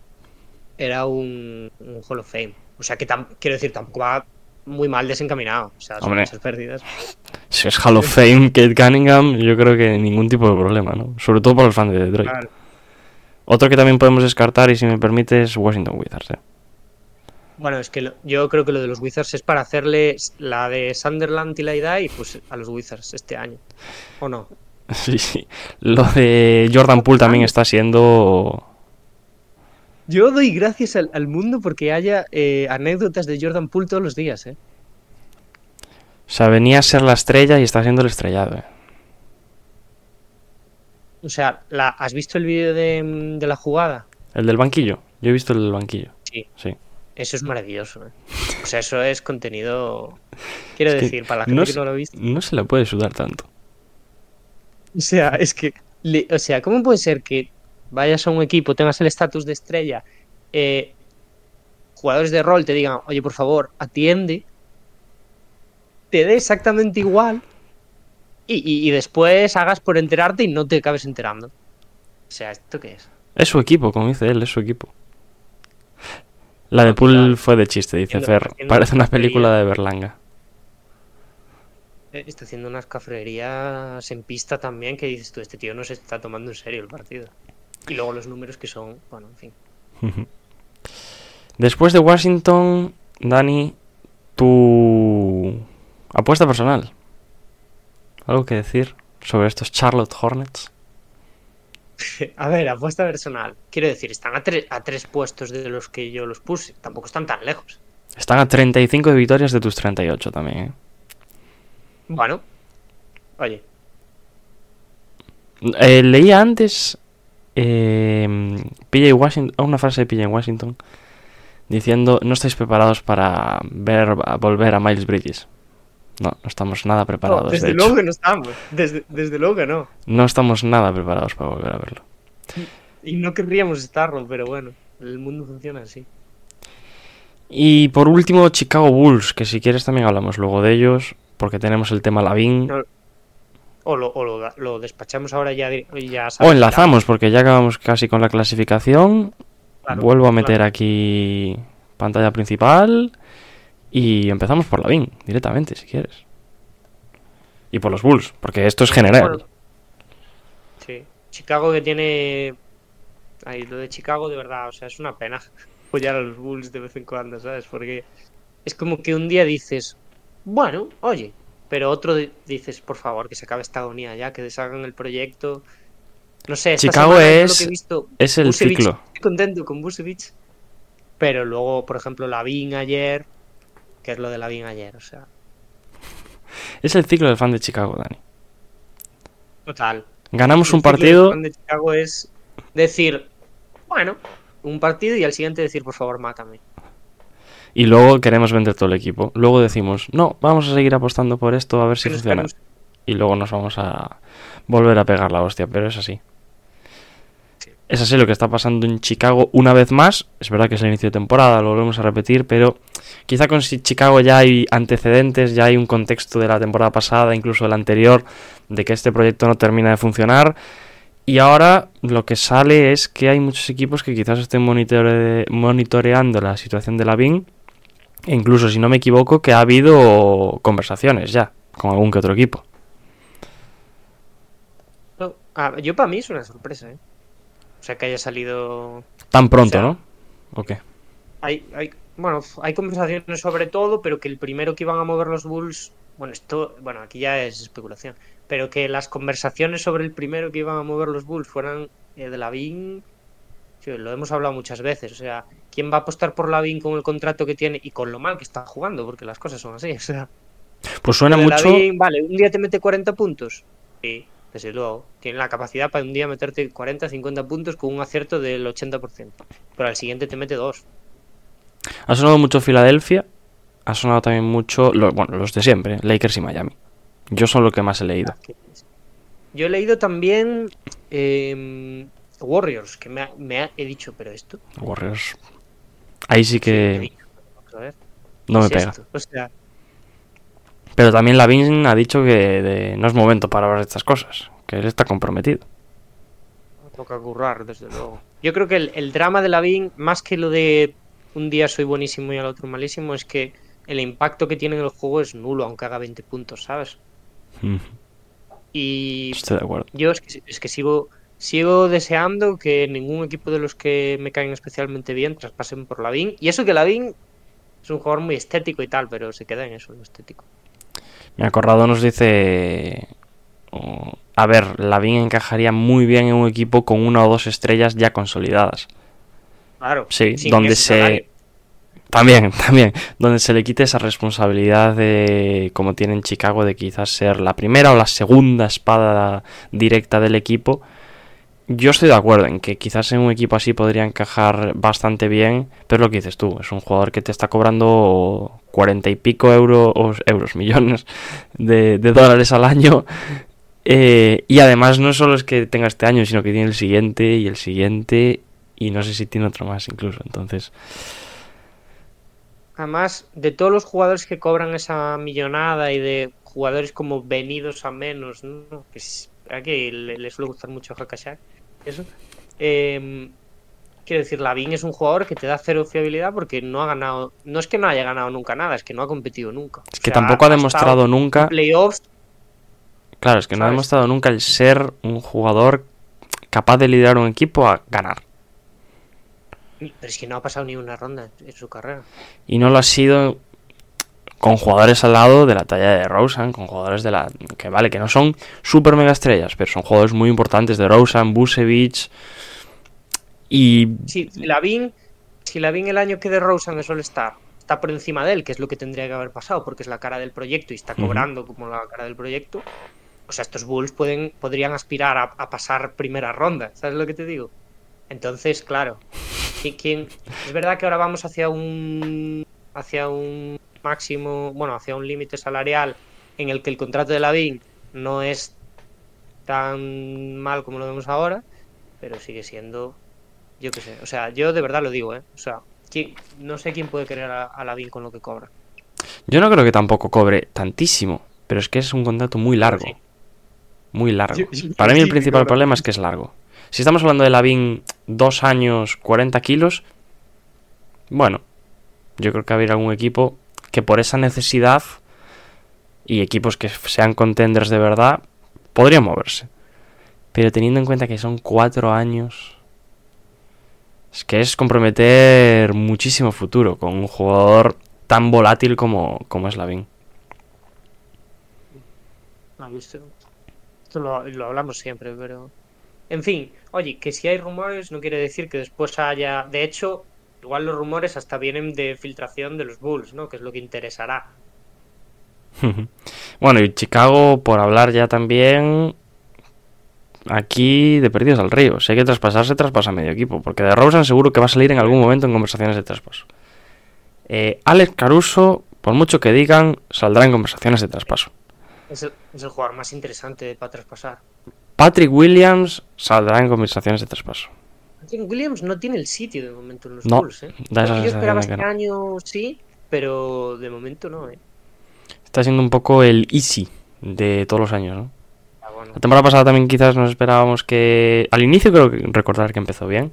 Hall of Fame. O sea que quiero decir, tampoco va muy mal desencaminado. O sea, son Hombre, muchas pérdidas. Si es Hall of Fame, Kate Cunningham, yo creo que ningún tipo de problema, ¿no? Sobre todo para los fans de Detroit. Claro. Otro que también podemos descartar, y si me permites, Washington Wizards, ¿eh? Bueno, es que yo creo que lo de los Wizards es para hacerle la de Sunderland y la y pues a los Wizards este año. ¿O no? Sí. Lo de Jordan Poole también está siendo... Yo doy gracias al mundo porque haya anécdotas de Jordan Poole todos los días, ¿eh? O sea, venía a ser la estrella y está siendo el estrellado, ¿eh? O sea, ¿has visto el vídeo de la jugada? ¿El del banquillo? Yo he visto el del banquillo. Sí. Eso es maravilloso, ¿eh? O sea, eso es contenido... Quiero Es que decir, para la gente que no lo ha visto. No se le puede sudar tanto. O sea, es que... O sea, ¿cómo puede ser que vayas a un equipo, tengas el estatus de estrella, jugadores de rol te digan, oye, por favor, atiende, te dé exactamente igual y después hagas por enterarte y no te acabes enterando? O sea, ¿esto qué es? Es su equipo, como dice él, es su equipo. La de Poole fue de chiste, dice Fer. Parece una película de Berlanga. Está haciendo unas cafrerías en pista también que dices tú, este tío no se está tomando en serio el partido. Y luego los números que son, bueno, en fin. Después de Washington, Dani, tu apuesta personal. ¿Algo que decir sobre estos Charlotte Hornets? A ver, apuesta personal. Quiero decir, están a 3 puestos de los que yo los puse. Tampoco están tan lejos. Están a 35 de victorias de tus 38 también, ¿eh? Bueno, oye. Leía antes PJ Washington, una frase de PJ Washington diciendo: no estáis preparados para volver a Miles Bridges. No estamos nada preparados. No, desde de luego hecho. que no estamos. Desde luego que no. No estamos nada preparados para volver a verlo. Y no querríamos estarlo, pero bueno, el mundo funciona así. Y por último, Chicago Bulls, que si quieres también hablamos luego de ellos, porque tenemos el tema Lavin. No, o lo despachamos ahora ya. O enlazamos, porque ya acabamos casi con la clasificación. Claro, Vuelvo a meter aquí pantalla principal. Y empezamos por Lavin, directamente, si quieres. Y por los Bulls, porque esto es general. Bueno, sí. Chicago que tiene... Ahí, lo de Chicago, de verdad, o sea, es una pena apoyar a los Bulls de vez en cuando, ¿sabes? Porque es como que un día dices, bueno, oye, pero otro dices, por favor, que se acabe esta agonía ya, que deshagan el proyecto. No sé, esta Chicago semana yo lo que he visto, es el Vucevic, ciclo. estoy contento con Vucevic, pero luego, por ejemplo, Lavin ayer, ¿qué es lo de Lavin ayer? O sea, Es el ciclo del fan de Chicago, Dani. total. Ganamos El un ciclo del partido fan de Chicago es decir, bueno, un partido y al siguiente decir, por favor, mátame. y luego queremos vender todo el equipo. Luego decimos, no, vamos a seguir apostando por esto a ver si Que nos funciona. queremos- Y luego nos vamos a volver a pegar la hostia, pero es así. Sí. Es así lo que está pasando en Chicago una vez más. Es verdad que es el inicio de temporada, lo volvemos a repetir, pero quizá con Chicago ya hay antecedentes, ya hay un contexto de la temporada pasada, incluso de la anterior, de que este proyecto no termina de funcionar. Y ahora lo que sale es que hay muchos equipos que quizás estén monitoreando la situación de Lavin. E incluso, si no me equivoco, que ha habido conversaciones ya con algún que otro equipo. No, yo para mí es una sorpresa, ¿eh? O sea, que haya salido... Tan pronto, O sea, ¿no? ¿O qué? Bueno, hay conversaciones sobre todo, pero que el primero que iban a mover los Bulls, bueno, aquí ya es especulación, pero que las conversaciones sobre el primero que iban a mover los Bulls fueran de Lavin, sí, lo hemos hablado muchas veces, o sea, ¿quién va a apostar por Lavin con el contrato que tiene y con lo mal que está jugando? Porque las cosas son así, o sea, Pues suena lo de mucho. Lavin, vale, un día te mete 40 puntos, sí, desde luego, tiene la capacidad para un día meterte 40, 50 puntos con un acierto del 80%, pero al siguiente te mete 2. Ha sonado mucho Filadelfia. Ha sonado también mucho. Los de siempre, Lakers y Miami. Yo son lo que más he leído. Yo he leído también Warriors, que he dicho, pero esto. Warriors. Ahí sí Sí, he que dicho, vamos a ver, no me ¿qué es pega. esto? O sea, Pero también Lavin ha dicho que no es momento para hablar de estas cosas. Que él está comprometido. toca currar, desde luego. Yo creo que el drama de Lavin, más que lo de un día soy buenísimo y al otro malísimo, es que el impacto que tiene en el juego es nulo, aunque haga 20 puntos, ¿sabes? Y Estoy de acuerdo. yo es que sigo deseando que ningún equipo de los que me caen especialmente bien traspasen por Lavin. Y eso que Lavin es un jugador muy estético y tal, pero se queda en eso, lo estético. Mi Corrado nos dice... a ver, Lavin encajaría muy bien en un equipo con 1 o 2 estrellas ya consolidadas. Claro. Sí, sin donde ese salario. También, donde se le quite esa responsabilidad de, como tiene en Chicago, de quizás ser la primera o la segunda espada directa del equipo. Yo estoy de acuerdo en que quizás en un equipo así podría encajar bastante bien, pero lo que dices tú, es un jugador que te está cobrando 40 y pico euros, millones de dólares al año. Y además no solo es que tenga este año, sino que tiene el siguiente, y no sé si tiene otro más incluso. Entonces, Además, de todos los jugadores que cobran esa millonada y de jugadores como venidos a menos, ¿no? Que le suele gustar mucho a Hakashak, eso. Quiero decir, Lavin es un jugador que te da cero fiabilidad porque no ha ganado. No es que no haya ganado nunca nada, es que no ha competido nunca. es que tampoco ha demostrado estado nunca. en playoffs. Claro, es que no ha ¿sabes? demostrado nunca el ser un jugador capaz de liderar un equipo a ganar. Pero es que no ha pasado ni una ronda en su carrera. Y no lo ha sido con jugadores al lado de la talla de DeRozan, con jugadores que no son super mega estrellas, pero son jugadores muy importantes. DeRozan, Vucevic. Y Si Lavin el año que DeRozan es All-Star está por encima de él, que es lo que tendría que haber pasado, porque es la cara del proyecto y está cobrando como la cara del proyecto. O sea, estos Bulls podrían aspirar a pasar primera ronda, ¿sabes lo que te digo? Entonces, claro, es verdad que ahora vamos hacia un máximo, bueno, hacia un límite salarial en el que el contrato de Lavin no es tan mal como lo vemos ahora, pero sigue siendo, yo qué sé, o sea, yo de verdad lo digo, o sea, no sé quién puede querer a Lavin con lo que cobra. yo no creo que tampoco cobre tantísimo, pero es que es un contrato muy largo. Sí. Muy largo. Para mí el principal problema es que es largo. Si estamos hablando de Lavin 2 años, 40 kilos, bueno, yo creo que habría algún equipo que por esa necesidad y equipos que sean contenders de verdad, podrían moverse. Pero teniendo en cuenta que son 4 años, es que es comprometer muchísimo futuro con un jugador tan volátil como es Lavin. No, esto lo hablamos siempre, pero... En fin, oye, que si hay rumores no quiere decir que después haya... De hecho, igual los rumores hasta vienen de filtración de los Bulls, ¿no? Que es lo que interesará. Bueno, y Chicago, por hablar ya también, aquí de perdidos al río. Si hay que traspasarse, traspasa medio equipo, porque DeRozan seguro que va a salir en algún momento en conversaciones de traspaso. Alex Caruso, por mucho que digan, saldrá en conversaciones de traspaso. Es el jugador más interesante para traspasar. Patrick Williams saldrá en conversaciones de traspaso. Patrick Williams no tiene el sitio de momento en los No, Bulls, ¿eh? da esa Yo sensación esperaba de que este no. año sí, pero de momento no, ¿eh? Está siendo un poco el easy de todos los años, ¿no? Ah, bueno. La temporada pasada también quizás nos esperábamos que... Al inicio creo que recordar que empezó bien.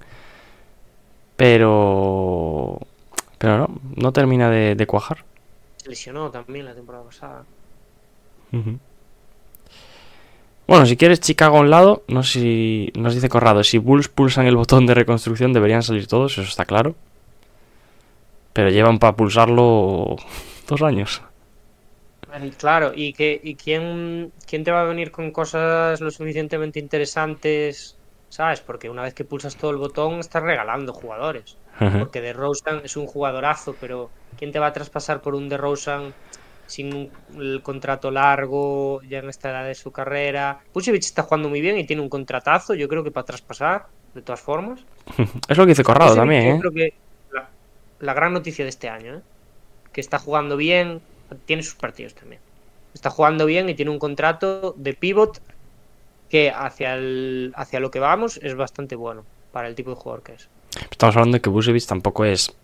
Pero no termina de cuajar. Se lesionó también la temporada pasada. Uh-huh. Bueno, si quieres Chicago a un lado, no sé si nos dice Corrado, si Bulls pulsan el botón de reconstrucción deberían salir todos, eso está claro. Pero llevan para pulsarlo 2 años. Claro, y quién te va a venir con cosas lo suficientemente interesantes, ¿sabes? Porque una vez que pulsas todo el botón estás regalando jugadores. Uh-huh. Porque DeRozan es un jugadorazo, pero ¿quién te va a traspasar por un DeRozan sin el contrato largo, ya en esta edad de su carrera? Vucevic está jugando muy bien y tiene un contratazo, yo creo que para traspasar, de todas formas. Es lo que dice Corrado Vucevic, también, yo ¿eh? creo que la gran noticia de este año, ¿eh? Que está jugando bien, tiene sus partidos también. Está jugando bien y tiene un contrato de pivot que hacia lo que vamos es bastante bueno para el tipo de jugador que es. Estamos hablando de que Vucevic tampoco es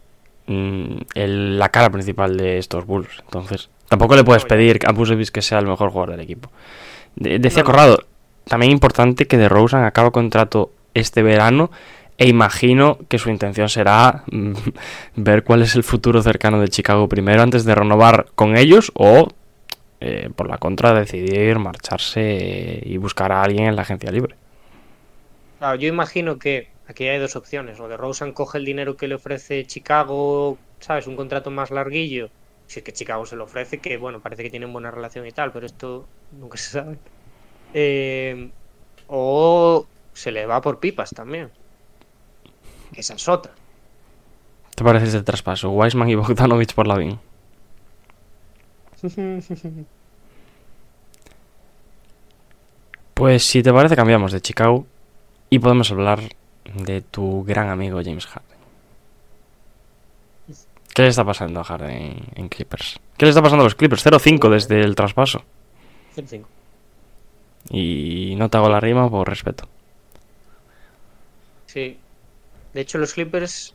la cara principal de estos Bulls. Entonces, tampoco le puedes pedir a Vucevic que sea el mejor jugador del equipo. Decía Corrado, también importante que DeRozan acaba contrato este verano. E imagino que su intención será ver cuál es el futuro cercano de Chicago primero antes de renovar con ellos o, por la contra, decidir marcharse y buscar a alguien en la agencia libre. Claro, yo imagino que aquí hay dos opciones. O DeRozan coge el dinero que le ofrece Chicago, ¿sabes? Un contrato más larguillo. Si es que Chicago se lo ofrece, que bueno, parece que tienen buena relación y tal, pero esto nunca se sabe. O se le va por pipas también. Esa es otra. ¿Te parece este traspaso? Wiseman y Bogdanovic por Lavin. Pues si te parece cambiamos de Chicago y podemos hablar de tu gran amigo James Harden. ¿Qué le está pasando a Harden en Clippers? ¿Qué le está pasando a los Clippers? 0-5 desde el traspaso. 0-5. Y no te hago la rima por respeto. Sí. De hecho, los Clippers...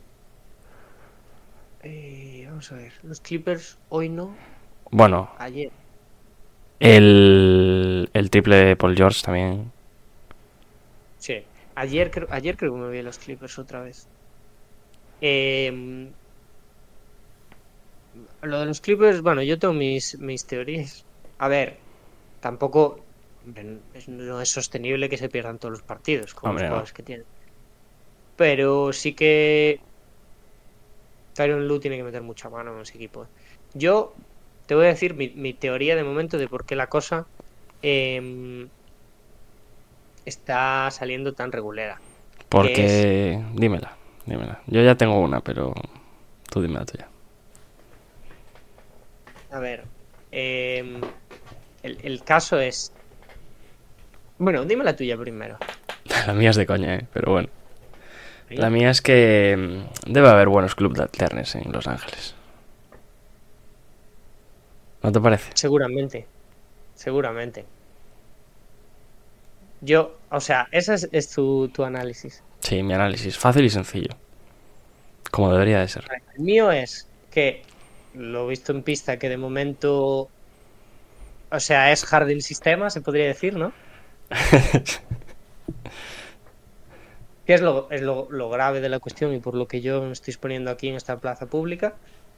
vamos a ver. Los Clippers hoy no. Bueno, Ayer. el triple de Paul George también. Sí. Ayer creo que me vi a los Clippers otra vez. Lo de los Clippers, bueno, yo tengo mis teorías. A ver, tampoco no es sostenible que se pierdan todos los partidos con Hombre, los no. jugadores que tienen. Pero sí que Tyronn Lue tiene que meter mucha mano en ese equipo. Yo te voy a decir mi teoría de momento de por qué la cosa está saliendo tan regulera. Porque... Dímela. Yo ya tengo una, pero tú dime la tuya. A ver, el caso es... Bueno, dime la tuya primero. La mía es de coña, pero bueno. La mía es que debe haber buenos clubes de alternes en Los Ángeles. ¿No te parece? Seguramente. Yo, o sea, ese es tu análisis. Sí, mi análisis. Fácil y sencillo. Como debería de ser. El mío es que lo he visto en pista que de momento... O sea, es Harden sistema, se podría decir, ¿no? Que es lo grave de la cuestión y por lo que yo me estoy exponiendo aquí en esta plaza pública.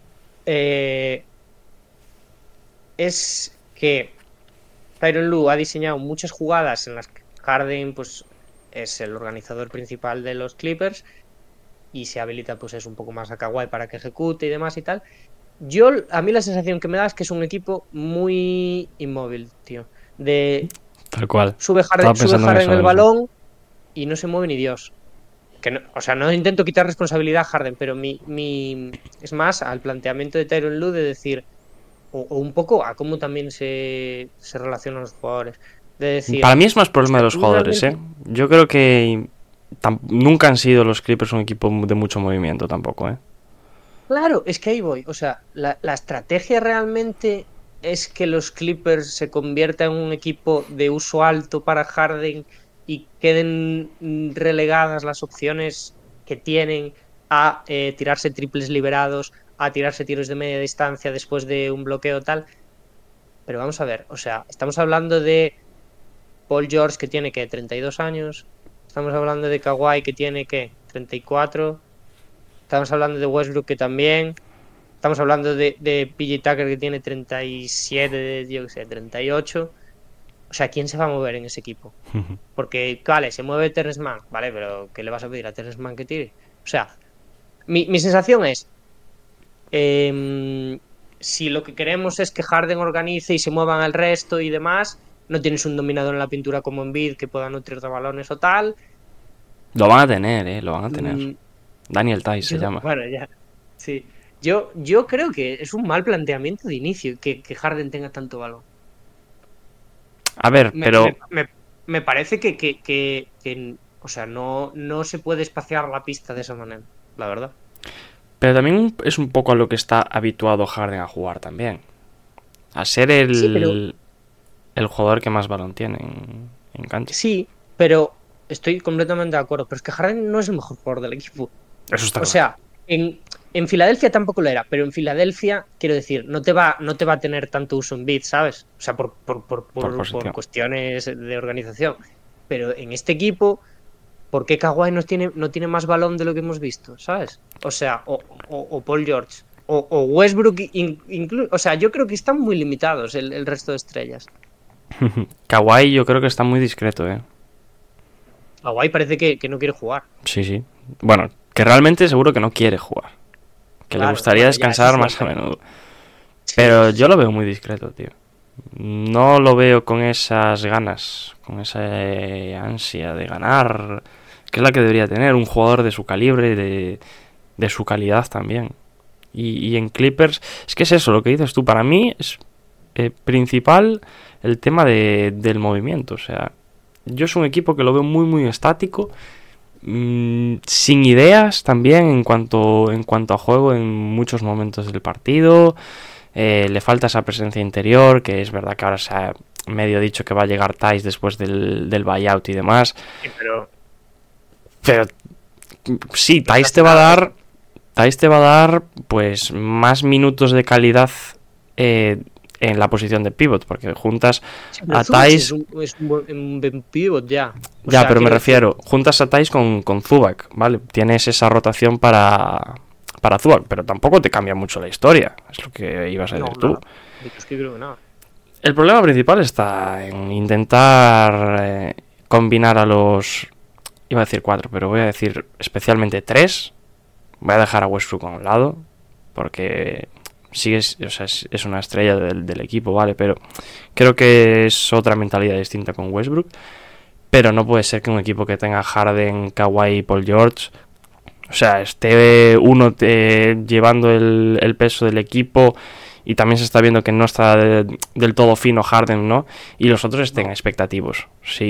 Es que Tyronn Lue ha diseñado muchas jugadas en las que Harden pues, es el organizador principal de los Clippers y se habilita pues es un poco más a Kawhi para que ejecute y demás y tal. A mí la sensación que me da es que es un equipo muy inmóvil, tío. Tal cual. Sube Estaba pensando en Harden eso el mismo. balón y no se mueve ni Dios. Que no, o sea, no intento quitar responsabilidad a Harden, pero es más al planteamiento de Tyronn Lue de decir, o un poco a cómo también se relacionan los jugadores. De decir, Para mí es más problema o sea, de los tú jugadores, ¿eh? realmente... Yo creo que nunca han sido los Clippers un equipo de mucho movimiento tampoco, ¿eh? Claro, es que ahí voy. O sea, la estrategia realmente es que los Clippers se conviertan en un equipo de uso alto para Harden y queden relegadas las opciones que tienen a tirarse triples liberados, a tirarse tiros de media distancia después de un bloqueo tal. Pero vamos a ver, o sea, estamos hablando de Paul George que tiene que 32 años, estamos hablando de Kawhi que tiene que 34, estamos hablando de Westbrook que también. Estamos hablando de PJ Tucker que tiene 37, yo qué sé, 38. O sea, ¿quién se va a mover en ese equipo? Porque, vale, se mueve Terrence Mann, ¿vale? Pero ¿qué le vas a pedir a Terrence Mann que tire? O sea, mi sensación es, si lo que queremos es que Harden organice y se muevan el resto y demás, no tienes un dominador en la pintura como Embiid que pueda nutrir de balones o tal. Lo van a tener, ¿eh? Lo van a tener. Mm, Daniel Tice se llama. Bueno, ya, sí. Yo creo que es un mal planteamiento de inicio que Harden tenga tanto balón. A ver, Me, pero... me- me- me parece que, o sea, no se puede espaciar la pista de esa manera, la verdad. Pero también es un poco a lo que está habituado Harden a jugar también. A ser Sí, pero el jugador que más balón tiene en cancha. sí, pero estoy completamente de acuerdo. Pero es que Harden no es el mejor jugador del equipo. Eso está O claro. sea, en Filadelfia tampoco lo era, pero en Filadelfia, quiero decir, no te va a tener tanto uso en bid, ¿sabes? O sea, Por por posición. cuestiones de organización. Pero en este equipo, ¿por qué Kawhi no tiene más balón de lo que hemos visto? ¿Sabes? O sea, o Paul George, o Westbrook, o sea, yo creo que están muy limitados el resto de estrellas. Kawhi yo creo que está muy discreto, ¿eh? Kawhi parece que no quiere jugar. Sí, sí. Bueno, que realmente seguro que no quiere jugar. Que le Claro, gustaría bueno, ya, eso descansar es más a cierto. menudo. Sí, Pero sí, yo sí. lo veo muy discreto, tío. No lo veo con esas ganas, con esa ansia de ganar, que es la que debería tener un jugador de su calibre, de su calidad también. Y en Clippers, es que es eso, lo que dices tú, para mí es principal el tema del movimiento. O sea, yo es un equipo que lo veo muy, muy estático, sin ideas también en cuanto a juego en muchos momentos del partido. Le falta esa presencia interior, que es verdad que ahora se ha medio dicho que va a llegar Tice después del buyout y demás. Sí, pero Pero sí, no se hace nada. Tice te va a dar pues más minutos de calidad en la posición de pivot, porque juntas Sí, pero a Zubac Tice, un buen pivot ya. O ya, sea, pero me quiero decir, refiero, juntas a Tice con Zubac, ¿vale? Tienes esa rotación para Zubac, pero tampoco te cambia mucho la historia, es lo que ibas a no, decir tú. nada. Es que creo que nada. El problema principal está en intentar combinar a los... Iba a decir 4, pero voy a decir especialmente 3. Voy a dejar a Westbrook a un lado, porque sí o sea, es una estrella del equipo, ¿vale? Pero creo que es otra mentalidad distinta con Westbrook. Pero no puede ser que un equipo que tenga Harden, Kawhi y Paul George, o sea, esté uno llevando el peso del equipo, y también se está viendo que no está del todo fino Harden, ¿no? Y los otros estén No. expectativos.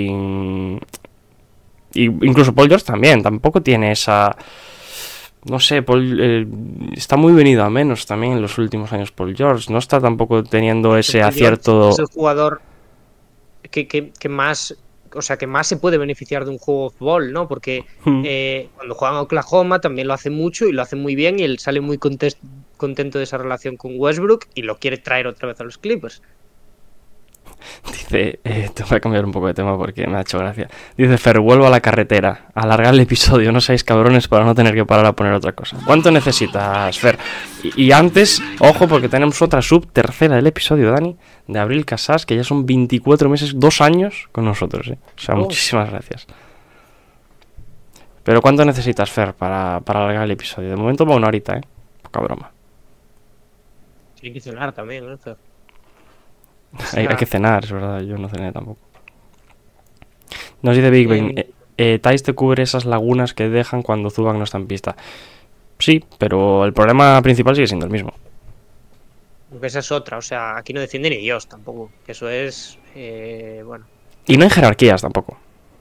Incluso Paul George también, tampoco tiene esa... No sé, está muy venido a menos también en los últimos años Paul George. No está tampoco teniendo ese Paul George es acierto... el jugador que más, o sea, que más se puede beneficiar de un juego de fútbol, ¿no? Porque cuando juega en Oklahoma también lo hace mucho y lo hace muy bien y él sale muy contento de esa relación con Westbrook y lo quiere traer otra vez a los Clippers. Dice, te voy a cambiar un poco de tema porque me ha hecho gracia. Dice Fer, vuelvo a la carretera. Alargar el episodio, no seáis cabrones para no tener que parar a poner otra cosa. ¿Cuánto necesitas, Fer? Y antes, ojo, porque tenemos otra tercera del episodio, Dani, de Abril Casas, que ya son 24 meses, 2 años con nosotros, ¿eh? O sea, muchísimas gracias. Pero ¿cuánto necesitas, Fer, para alargar el episodio? De momento va 1 horita, ¿eh? Poca broma. Tiene que cenar también, ¿no? Pero, Hay que cenar, es verdad, yo no cené tampoco. Nos dice Big Ben, Thais te cubre esas lagunas que dejan cuando Zubac no está en pista. Sí, pero el problema principal sigue siendo el mismo. porque esa es otra, o sea, aquí no defiende ni Dios tampoco. Eso es, bueno. Y no hay jerarquías tampoco.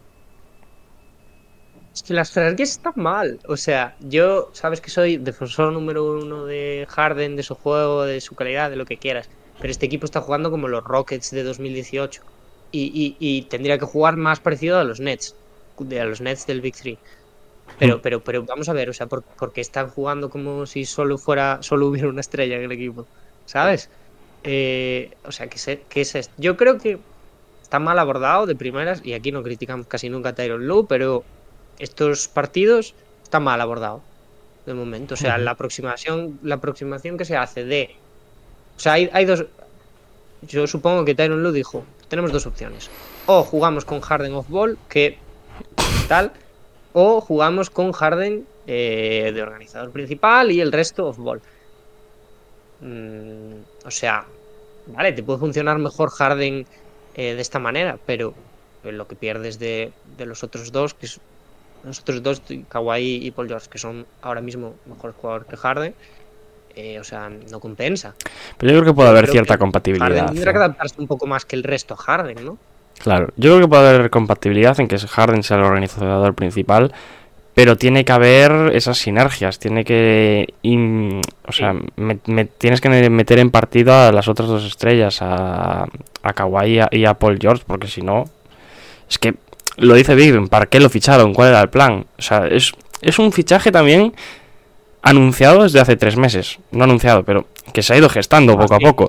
Es que las jerarquías están mal. O sea, yo, sabes que soy defensor número 1 de Harden, de su juego, de su calidad, de lo que quieras. Pero este equipo está jugando como los Rockets de 2018. Y tendría que jugar más parecido a los Nets del Big Three. Pero vamos a ver, o sea, ¿por qué están jugando como si solo hubiera una estrella en el equipo? ¿Sabes? O sea, ¿qué es esto? Yo creo que está mal abordado de primeras, y aquí no criticamos casi nunca a Tyronn Lue, pero estos partidos están mal abordados de momento. O sea, la aproximación que se hace de... O sea, hay dos... Yo supongo que Tyronn Lue dijo, tenemos dos opciones. O jugamos con Harden off-ball, que tal, o jugamos con Harden de organizador principal y el resto off-ball. O sea, vale, te puede funcionar mejor Harden de esta manera, pero lo que pierdes de los otros dos, Kawhi y Paul George, que son ahora mismo mejores jugadores que Harden, o sea, no compensa. Pero yo creo que puede haber cierta compatibilidad. Harden tendrá que adaptarse un poco más que el resto a Harden, ¿no? Claro, yo creo que puede haber compatibilidad en que Harden sea el organizador principal, pero tiene que haber esas sinergias, tiene que... o sea, tienes que meter en partido a las otras dos estrellas, a Kawhi y a Paul George, porque si no... Es que, lo dice Big Ben, ¿para qué lo ficharon? ¿Cuál era el plan? O sea, es un fichaje también anunciado desde hace 3 meses. No anunciado, pero que se ha ido gestando poco a poco.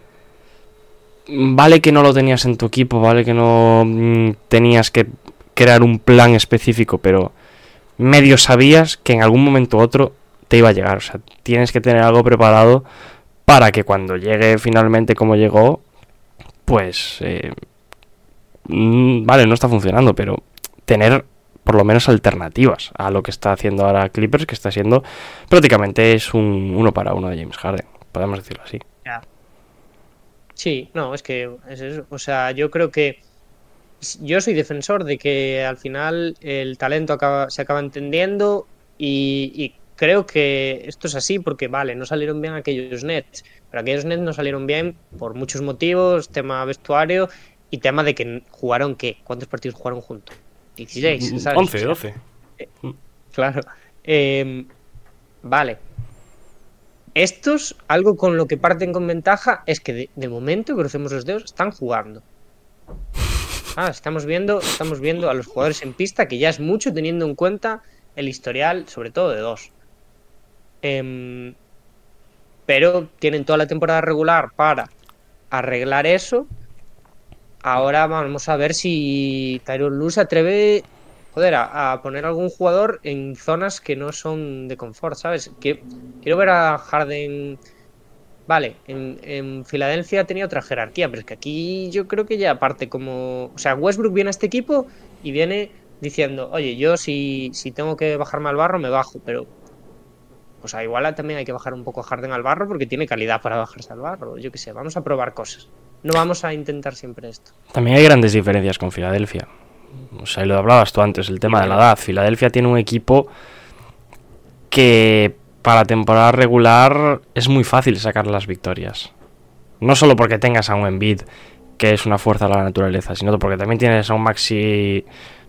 Vale que no lo tenías en tu equipo, vale que no tenías que crear un plan específico, pero medio sabías que en algún momento u otro te iba a llegar. O sea, tienes que tener algo preparado para que cuando llegue finalmente como llegó, pues vale, no está funcionando, pero tener por lo menos alternativas a lo que está haciendo ahora Clippers, que está siendo prácticamente es un 1-1 de James Harden, podemos decirlo así. Sí, no, es que es eso. O sea, yo creo que yo soy defensor de que al final el talento se acaba entendiendo y creo que esto es así porque, vale, no salieron bien aquellos Nets, pero aquellos Nets no salieron bien por muchos motivos, tema vestuario y tema de que jugaron, ¿qué? ¿Cuántos partidos jugaron juntos? 16, ¿sabes? 11, 12. Claro. Vale. Estos, algo con lo que parten con ventaja es que de momento, crucemos los dedos, están jugando. Estamos viendo a los jugadores en pista, que ya es mucho teniendo en cuenta el historial, sobre todo de dos. Pero tienen toda la temporada regular para arreglar eso. Ahora vamos a ver si Tyronn Lue se atreve a poner a algún jugador en zonas que no son de confort, ¿sabes? Quiero ver a Harden. Vale, en Filadelfia tenía otra jerarquía, pero es que aquí yo creo que ya parte como... O sea, Westbrook viene a este equipo y viene diciendo, oye, yo si tengo que bajarme al barro, me bajo, pero... O sea, igual también hay que bajar un poco a Harden al barro porque tiene calidad para bajarse al barro. Yo qué sé, vamos a probar cosas. No vamos a intentar siempre esto. También hay grandes diferencias con Filadelfia. O sea, lo hablabas tú antes, el tema de la edad. Filadelfia tiene un equipo que para temporada regular es muy fácil sacar las victorias. No solo porque tengas a un Embiid, que es una fuerza de la naturaleza, sino porque también tienes a un Maxi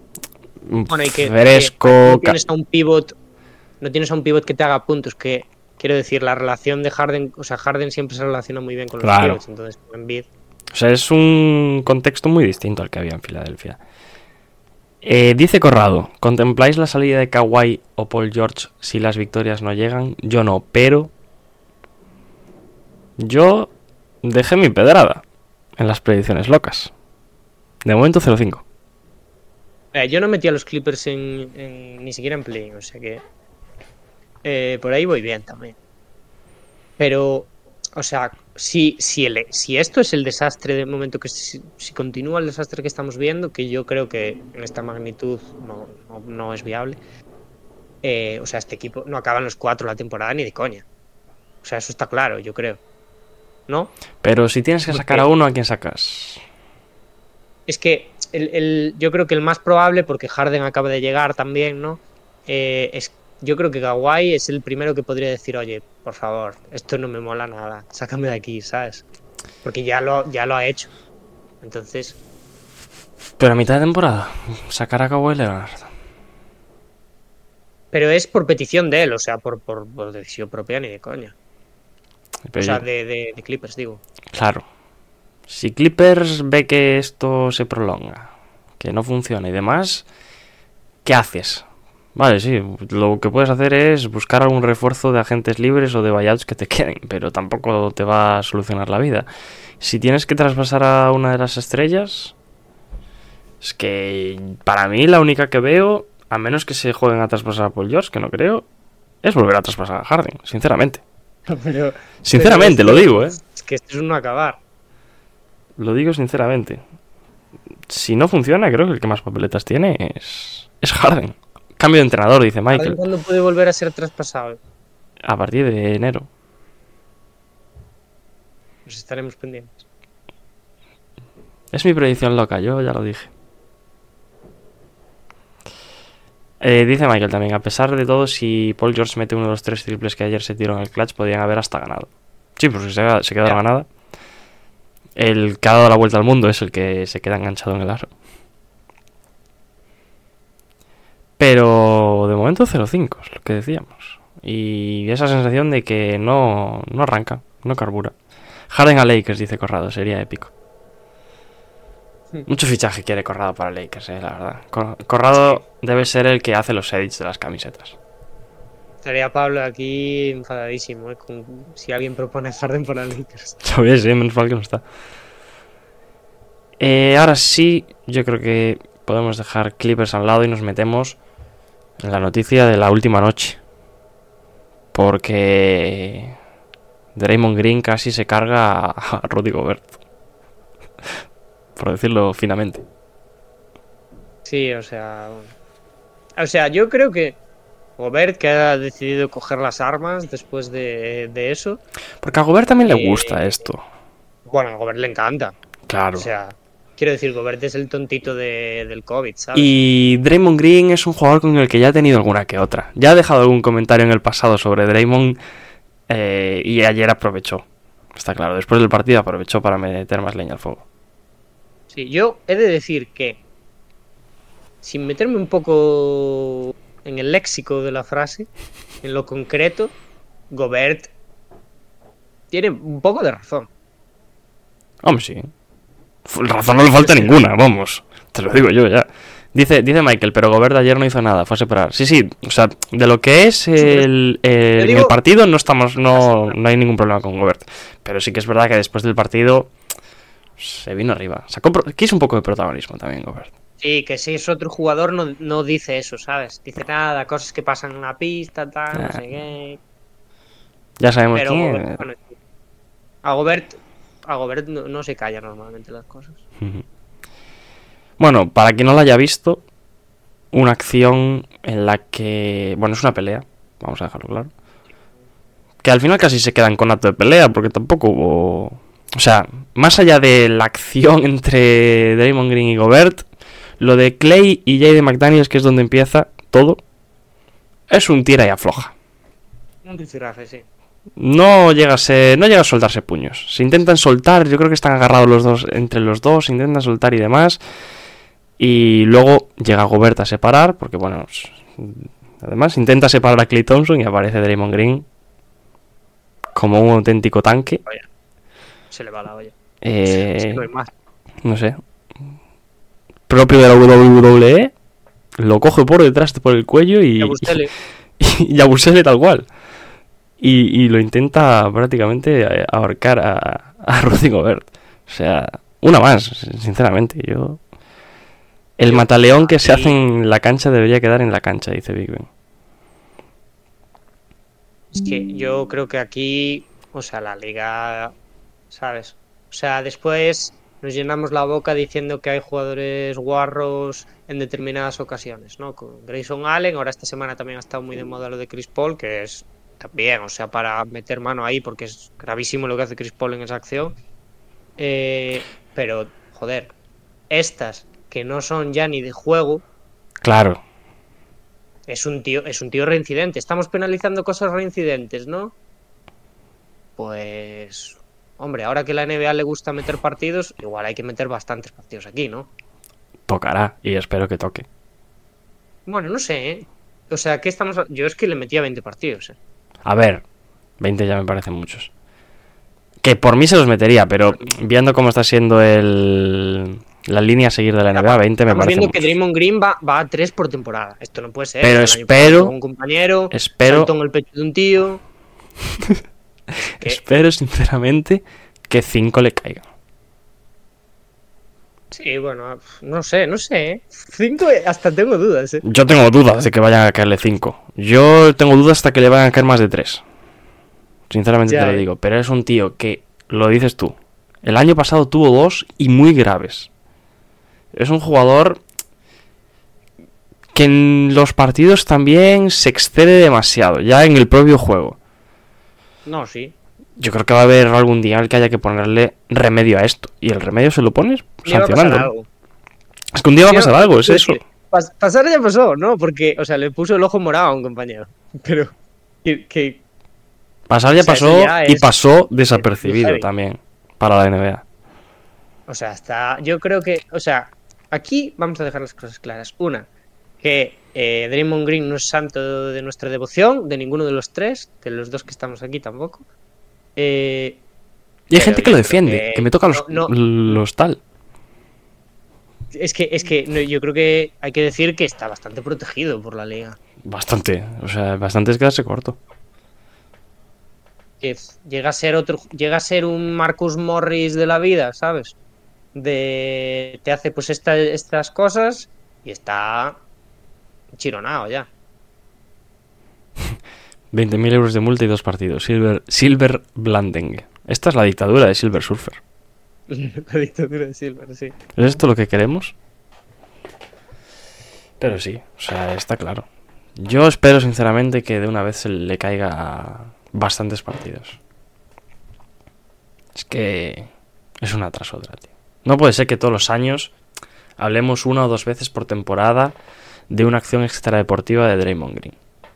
fresco. No tienes a un pivot que te haga puntos, que quiero decir, la relación de Harden, o sea, Harden siempre se relaciona muy bien con los pivots, entonces Embiid. O sea, es un contexto muy distinto al que había en Filadelfia. Dice Corrado, ¿contempláis la salida de Kawhi o Paul George si las victorias no llegan? Yo no, pero yo dejé mi pedrada en las predicciones locas. De momento 0-5. Yo no metí a los Clippers ni siquiera en play, o sea que por ahí voy bien también. Pero, o sea, si esto es el desastre de momento, que si continúa el desastre que estamos viendo, que yo creo que en esta magnitud no es viable, o sea, este equipo no acaba en los 4 la temporada ni de coña. O sea, eso está claro, yo creo. ¿no? Pero si tienes que sacar a uno, ¿a quién sacas? Es que yo creo que el más probable, porque Harden acaba de llegar también, ¿no? Yo creo que Kawhi es el primero que podría decir, oye, por favor, esto no me mola nada, sácame de aquí, ¿sabes? Porque ya lo ha hecho. Entonces... Pero a mitad de temporada, sacar a Kawhi Leonard. Pero es por petición de él, o sea, por decisión propia ni de coña. Pero o sea, de Clippers, digo. Claro. Si Clippers ve que esto se prolonga, que no funciona y demás, ¿qué haces? Vale, sí, lo que puedes hacer es buscar algún refuerzo de agentes libres o de buyouts que te queden, pero tampoco te va a solucionar la vida. Si tienes que traspasar a una de las estrellas, es que para mí la única que veo, a menos que se jueguen a traspasar a Paul George, que no creo, es volver a traspasar a Harden, sinceramente. Sinceramente, lo digo, ¿eh? Es que esto es un no acabar. Lo digo sinceramente. Si no funciona, creo que el que más papeletas tiene es Harden. Cambio de entrenador, dice Michael. ¿Cuándo puede volver a ser traspasado? A partir de enero. Pues estaremos pendientes. Es mi predicción loca, yo ya lo dije. Dice Michael también, a pesar de todo, si Paul George mete uno de los 3 triples que ayer se tiró en el clutch, podrían haber hasta ganado. Sí, pues se queda ganada. El que ha dado la vuelta al mundo es el que se queda enganchado en el aro. Pero de momento 0-5 es lo que decíamos. Y esa sensación de que no arranca, no carbura. Harden a Lakers, dice Corrado, sería épico. Mucho fichaje quiere Corrado para Lakers, la verdad. Corrado debe ser el que hace los edits de las camisetas. Estaría Pablo aquí enfadadísimo, si alguien propone Harden para Lakers. Ya ves, menos mal que no está. Ahora sí, yo creo que podemos dejar Clippers al lado y nos metemos en la noticia de la última noche. Porque Draymond Green casi se carga a Rudy Gobert. Por decirlo finamente. Sí, o sea, yo creo que Gobert, que ha decidido coger las armas después de eso. Porque a Gobert también le gusta esto. Bueno, a Gobert le encanta. Claro. O sea, quiero decir, Gobert es el tontito del COVID, ¿sabes? Y Draymond Green es un jugador con el que ya ha tenido alguna que otra. Ya ha dejado algún comentario en el pasado sobre Draymond y ayer aprovechó. Está claro, después del partido aprovechó para meter más leña al fuego. Sí, yo he de decir que, sin meterme un poco en el léxico de la frase, en lo concreto, Gobert tiene un poco de razón. Hombre, sí. Razón no le falta ninguna, vamos. Te lo digo yo ya. Dice Michael, pero Gobert ayer no hizo nada, fue a separar. Sí, o sea, de lo que es en el partido no hay ningún problema con Gobert. Pero sí que es verdad que después del partido se vino arriba. Quiso un poco de protagonismo también Gobert. Sí, que si es otro jugador no dice eso, ¿sabes? Dice nada, cosas que pasan en la pista, tal, no sé qué. Ya sabemos pero quién. Gobert, bueno, a Gobert no se calla normalmente las cosas. Bueno, para quien no la haya visto, una acción en la que... Bueno, es una pelea, vamos a dejarlo claro. Que al final casi se quedan con acto de pelea, porque tampoco hubo... O sea, más allá de la acción entre Draymond Green y Gobert, lo de Clay y Jaden McDaniels, que es donde empieza todo, es un tira y afloja. Un rifirrafe, sí. No llega a soltarse puños. Se intentan soltar, yo creo que están agarrados los dos entre los dos, se intentan soltar y demás. Y luego llega Gobert a separar, porque bueno, además intenta separar a Klay Thompson y aparece Draymond Green como un auténtico tanque. Oye, se le va la olla. No hay más. No sé. Propio de la WWE, lo coge por detrás, por el cuello y Yabusele tal cual. Y lo intenta prácticamente ahorcar a Rudy Gobert. O sea, una más, sinceramente. El mataleón que se hace en la cancha debería quedar en la cancha, dice Big Ben. Es que yo creo que aquí, o sea, la liga, ¿sabes? O sea, después nos llenamos la boca diciendo que hay jugadores guarros en determinadas ocasiones, ¿no? Con Grayson Allen, ahora esta semana también ha estado muy de moda lo de Chris Paul, que es también, o sea, para meter mano ahí, porque es gravísimo lo que hace Chris Paul en esa acción. Pero, joder, estas que no son ya ni de juego, Claro. es un tío reincidente. Estamos penalizando cosas reincidentes, ¿no? Pues, hombre, ahora que la NBA le gusta meter partidos, igual hay que meter bastantes partidos aquí, ¿no? Tocará y espero que toque. Bueno, no sé, ¿eh? O sea, ¿qué estamos? Yo es que le metía 20 partidos, ¿eh? A ver, 20 ya me parecen muchos. Que por mí se los metería, pero viendo cómo está siendo la línea a seguir de la NBA, 20 me Estamos parece viendo mucho. que Draymond Green va a 3 por temporada. Esto no puede ser. Pero El año espero- pasado tuvo un compañero, saltó en el pecho de un tío. ¿Qué? Espero sinceramente que 5 le caigan. Sí, bueno, no sé, ¿eh? 5 hasta tengo dudas, ¿eh? Yo tengo dudas de que vayan a caerle 5. Yo tengo dudas hasta que le vayan a caer más de 3. Sinceramente Ya, te lo digo. Pero es un tío que, lo dices tú, el año pasado tuvo 2 y muy graves. Es un jugador que en los partidos también se excede demasiado, ya en el propio juego. No, sí. Yo creo que va a haber algún día en el que haya que ponerle remedio a esto. Y el remedio se lo pones Le va a pasar sancionando. algo. Es que un día va a pasar algo, es eso. Pasar ya pasó, ¿no? Porque, o sea, le puso el ojo morado a un compañero. Pero que Pasar ya o sea, eso pasó ya y es- pasó desapercibido heavy. también para la NBA. O sea, yo creo que, o sea, aquí vamos a dejar las cosas claras. Una, que Draymond Green no es santo de nuestra devoción, de ninguno de los tres, de los dos que estamos aquí tampoco. Y hay Pero gente que yo lo creo defiende, que me toca no, los tal. es que no, yo creo que hay que decir que está bastante protegido por la liga. Bastante, o sea, bastante es quedarse corto. Que llega a ser un Marcus Morris de la vida, ¿sabes? Te hace pues estas cosas y está chironado ya. 20.000 euros de multa y 2 partidos. Silver Blanding. Esta es la dictadura de Silver Surfer. La dictadura de Silver, sí. ¿Es esto lo que queremos? Pero sí, o sea, está claro. Yo espero sinceramente que de una vez se le caiga bastantes partidos. Es que es una tras otra, tío. No puede ser que todos los años hablemos 1 o 2 veces por temporada de una acción extradeportiva de Draymond Green.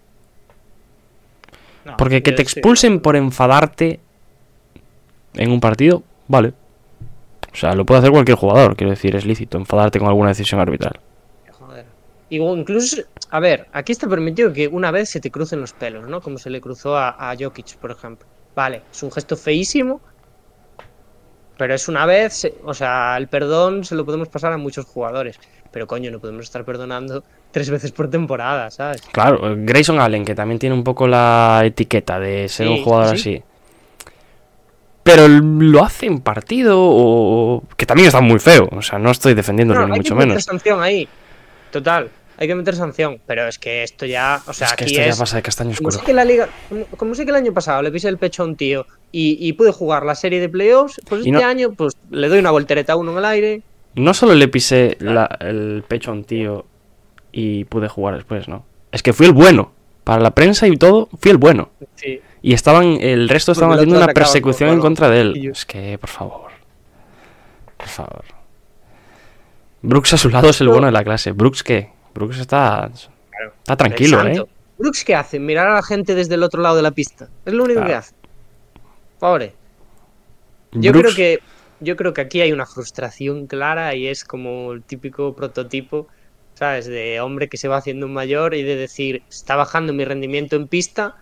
No, Porque que yo te sí. expulsen por enfadarte en un partido, vale. O sea, lo puede hacer cualquier jugador, quiero decir, es lícito enfadarte con alguna decisión arbitral. Joder. Incluso, a ver, aquí está permitido que una vez se te crucen los pelos, ¿no? Como se le cruzó a Jokic, por ejemplo. Vale, es un gesto feísimo, pero es una vez, o sea, el perdón se lo podemos pasar a muchos jugadores. Pero coño, no podemos estar perdonando 3 veces por temporada, ¿sabes? Claro, Grayson Allen, que también tiene un poco la etiqueta de ser Sí, un jugador sí. así. Pero lo hace en partido o... que también está muy feo. O sea, no estoy defendiéndolo No, ni hay mucho que meter menos. sanción ahí. Total, hay que meter sanción. Pero es que esto ya, o sea, Es que aquí esto ya es... pasa de castaño Como oscuro. sé que la liga, como sé que el año pasado le pise el pecho a un tío y pude jugar la serie de playoffs, pues Y este no- año pues le doy una voltereta a uno en el aire. No solo le pisé el pecho a un tío y pude jugar después, ¿no? Es que fui el bueno. Para la prensa y todo, fui el bueno. Sí. Y el resto estaban Porque el haciendo otro una atacaba persecución por en contra de él. y yo- Es que, por favor. Por favor. Brooks a su lado es el bueno de la clase. ¿Brooks qué? Brooks está tranquilo, El ¿eh? santo. Brooks, ¿qué hace? Mirar a la gente desde el otro lado de la pista. Es lo único Claro. que hace. Pobre. Yo Brooks- creo que aquí hay una frustración clara y es como el típico prototipo, ¿sabes? De hombre que se va haciendo un mayor y de decir, está bajando mi rendimiento en pista,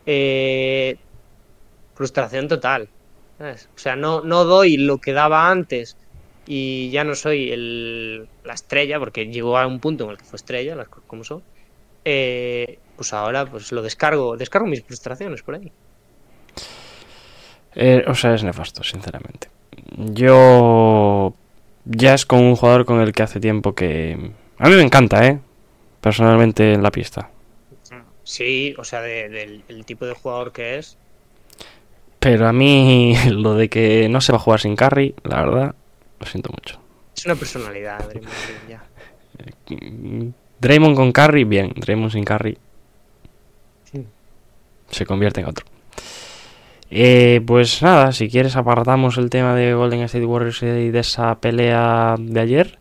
frustración total, ¿sabes? O sea, no doy lo que daba antes y ya no soy la estrella, porque llegó a un punto en el que fue estrella, las cosas como son. Pues ahora pues lo descargo mis frustraciones por ahí. O sea, es nefasto, sinceramente. Yo... Ya es con un jugador con el que hace tiempo que... A mí me encanta, ¿eh? Personalmente en la pista. Sí, o sea, del el tipo de jugador que es. Pero a mí lo de que no se va a jugar sin Curry, la verdad, lo siento mucho. Es una personalidad, Draymond Green, ya. Draymond con Curry, bien. Draymond sin Curry. Sí. se convierte en otro. Pues nada, si quieres apartamos el tema de Golden State Warriors y de esa pelea de ayer.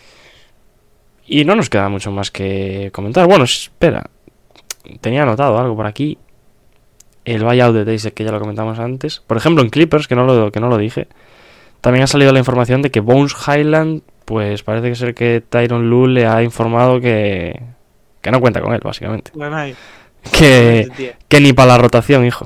Y no nos queda mucho más que comentar. Bueno, espera, tenía anotado algo por aquí. El buyout de Daisy, que ya lo comentamos antes. Por ejemplo, en Clippers, que no lo dije, también ha salido la información de que Bones Highland, pues parece ser que Tyronn Lue le ha informado que no cuenta con él, básicamente. Que ni para la rotación, hijo.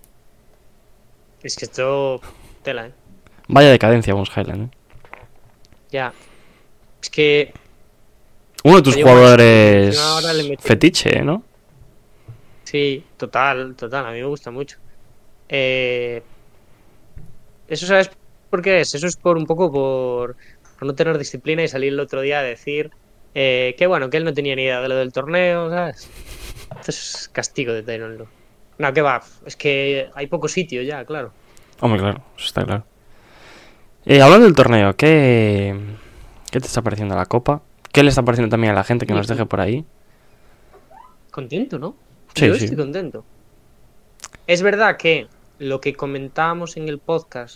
Es que esto... tela, Vaya decadencia Bones Highland, Ya. Es que... uno de tus jugadores ahora le metí... fetiche, ¿no? Sí, total, a mí me gusta mucho. Eso, ¿sabes por qué es? Eso es por un poco por no tener disciplina y salir el otro día a decir que bueno, que él no tenía ni idea de lo del torneo, ¿sabes? Esto es castigo de Tyronn Lue. No, que va, es que hay poco sitio ya, claro. Hombre, claro, eso está claro. Hablando del torneo, ¿qué te está pareciendo la Copa? ¿Qué le está pareciendo también a la gente que nos deje por ahí? Contento, ¿no? Sí, Yo sí. estoy contento. Es verdad que lo que comentábamos en el podcast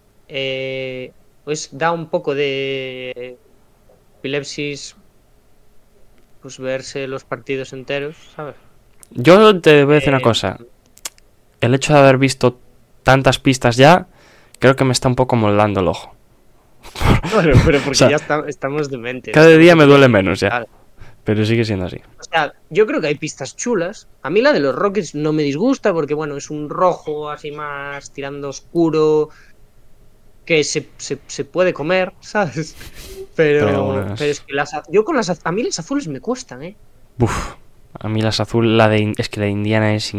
pues da un poco de epilepsis, pues verse los partidos enteros, ¿sabes? Yo te voy a decir una cosa. El hecho de haber visto tantas pistas ya, creo que me está un poco moldando el ojo. Bueno, pero porque O sea, ya estamos dementes. Cada día me duele menos ya. Pero sigue siendo así. O sea, yo creo que hay pistas chulas. A mí la de los Rockets no me disgusta porque, bueno, es un rojo así más tirando oscuro que se puede comer, ¿sabes? Pero es que yo con a mí las azules me cuestan, ¿eh? Uf, a mí las azul, es que la de Indiana es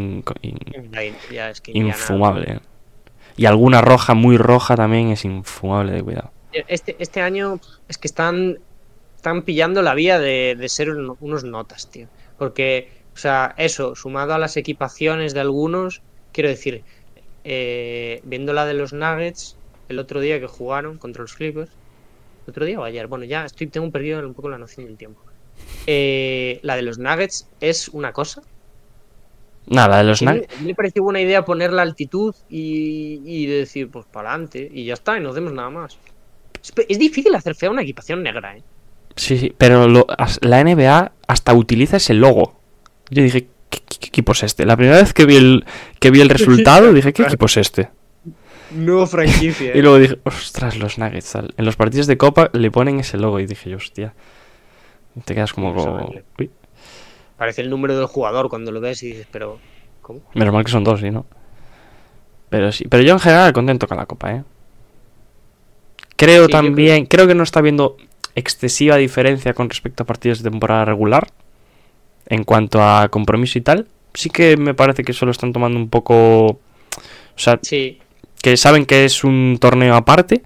Ya, es que infumable. Indiana... Y alguna roja, muy roja también es infumable, de cuidado. Este año es que están pillando la vía de ser unos notas, tío. Porque, o sea, eso, sumado a las equipaciones de algunos, quiero decir, viendo la de los Nuggets el otro día que jugaron contra los Clippers, ¿el otro día o ayer? Bueno, ya tengo perdido un poco la noción del tiempo. La de los Nuggets es una cosa. Nada, de los Nuggets. Me pareció buena idea poner la altitud y decir, pues para adelante, y ya está, y no hacemos nada más. Es difícil hacer fea una equipación negra, ¿eh? Sí, pero la NBA hasta utiliza ese logo. Yo dije, ¿qué equipo es este? La primera vez que vi el resultado dije, ¿qué equipo es este? Nuevo franquicia. Y luego dije, ostras, los Nuggets. En los partidos de Copa le ponen ese logo y dije, hostia. Te quedas como... Uy. Parece el número del jugador cuando lo ves y dices, pero... ¿cómo? Menos mal que son dos, ¿sí, no? Pero sí. Pero yo en general contento con la Copa, ¿eh? Creo que no está habiendo excesiva diferencia con respecto a partidos de temporada regular en cuanto a compromiso y tal. Sí que me parece que solo están tomando un poco... O sea, sí, que saben que es un torneo aparte,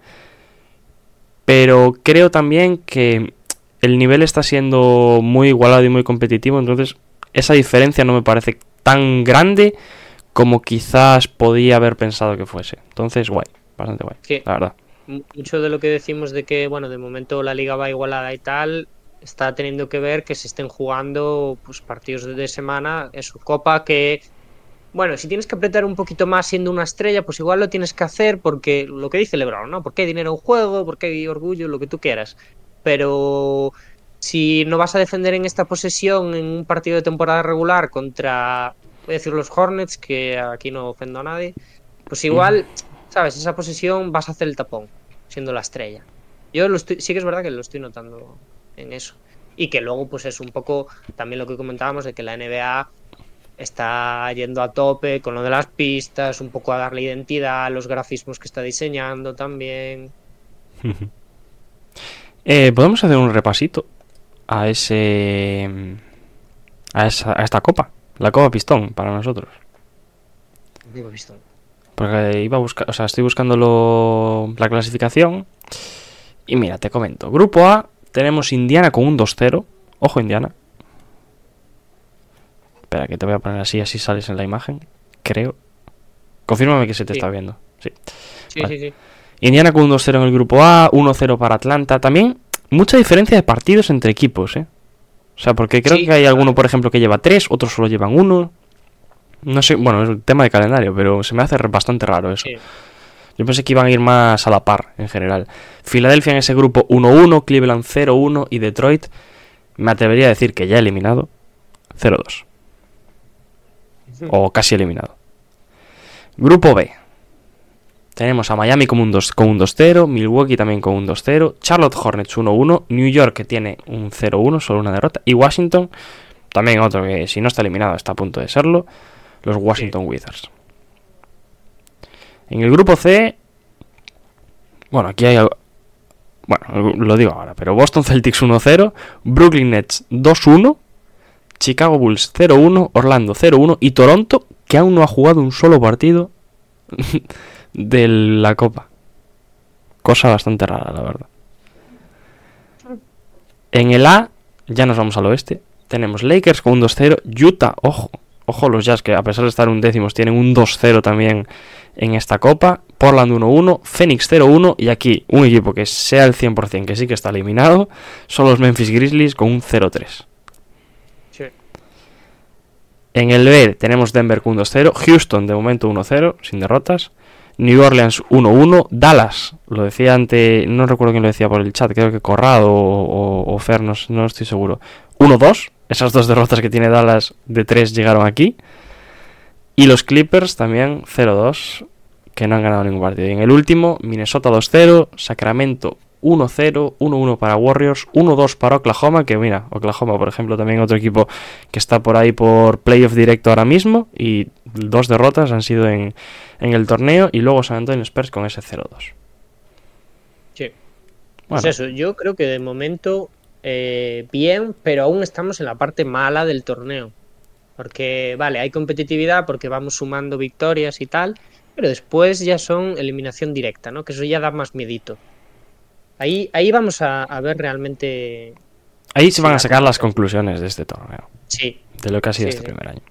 pero creo también que el nivel está siendo muy igualado y muy competitivo, entonces esa diferencia no me parece tan grande como quizás podía haber pensado que fuese. Entonces, guay, bastante guay, sí. La verdad. Mucho de lo que decimos de que, bueno, de momento la liga va igualada y tal, está teniendo que ver que se estén jugando pues partidos de semana, eso, Copa que... Bueno, si tienes que apretar un poquito más siendo una estrella, pues igual lo tienes que hacer porque lo que dice LeBron, ¿no? Porque hay dinero en juego, porque hay orgullo, lo que tú quieras. Pero si no vas a defender en esta posesión en un partido de temporada regular contra, voy a decir, los Hornets, que aquí no ofendo a nadie, pues igual, ¿sabes? Esa posesión vas a hacer el tapón, siendo la estrella. Yo sí que es verdad que lo estoy notando en eso. Y que luego, pues es un poco también lo que comentábamos de que la NBA... está yendo a tope con lo de las pistas, un poco a darle identidad a los grafismos que está diseñando también. Podemos hacer un repasito a esta copa, la Copa Pistón para nosotros. Digo Pistón. Porque iba a buscar, o sea, estoy buscando la clasificación y mira, te comento. Grupo A tenemos Indiana con un 2-0. Ojo, Indiana. Espera, que te voy a poner así sales en la imagen. Creo. Confírmame que se te está viendo. Sí. Vale. Sí. Indiana con un 2-0 en el grupo A, 1-0 para Atlanta. También mucha diferencia de partidos entre equipos, ¿eh? O sea, porque creo que hay alguno, por ejemplo, que lleva 3, otros solo llevan 1. No sé, bueno, es un tema de calendario, pero se me hace bastante raro eso. Sí. Yo pensé que iban a ir más a la par en general. Filadelfia en ese grupo 1-1, Cleveland 0-1 y Detroit, me atrevería a decir que ya eliminado, 0-2. O casi eliminado. Grupo B. Tenemos a Miami con un 2-0, Milwaukee también con un 2-0, Charlotte Hornets 1-1, New York que tiene un 0-1, solo una derrota, y Washington, también otro que si no está eliminado está a punto de serlo, los Washington Wizards. En el grupo C, bueno, aquí hay... Bueno, lo digo ahora, pero Boston Celtics 1-0, Brooklyn Nets 2-1, Chicago Bulls 0-1, Orlando 0-1 y Toronto, que aún no ha jugado un solo partido de la Copa. Cosa bastante rara, la verdad. En el A, ya nos vamos al oeste, tenemos Lakers con un 2-0, Utah, ojo los Jazz, que a pesar de estar un décimos, tienen un 2-0 también en esta Copa, Portland 1-1, Phoenix 0-1, y aquí un equipo que sea el 100% que sí que está eliminado, son los Memphis Grizzlies con un 0-3. Sí. En el B tenemos Denver con un 2-0, Houston de momento 1-0, sin derrotas, New Orleans 1-1, Dallas, lo decía antes, no recuerdo quién lo decía por el chat, creo que Corrado o Fer, no estoy seguro, 1-2, esas dos derrotas que tiene Dallas de 3 llegaron aquí, y los Clippers también 0-2, que no han ganado ningún partido. Y en el último, Minnesota 2-0, Sacramento 1-0, 1-1 para Warriors, 1-2 para Oklahoma, que mira, Oklahoma, por ejemplo, también otro equipo que está por ahí por playoff directo ahora mismo, y 2 derrotas han sido en el torneo, y luego San Antonio Spurs con ese 0-2. Sí. Bueno. Pues eso, yo creo que de momento bien, pero aún estamos en la parte mala del torneo. Porque, vale, hay competitividad porque vamos sumando victorias y tal, pero después ya son eliminación directa, ¿no? Que eso ya da más miedito. Ahí vamos a ver realmente... Ahí se van a sacar las conclusiones de este torneo. Sí. De lo que ha sido este primer año.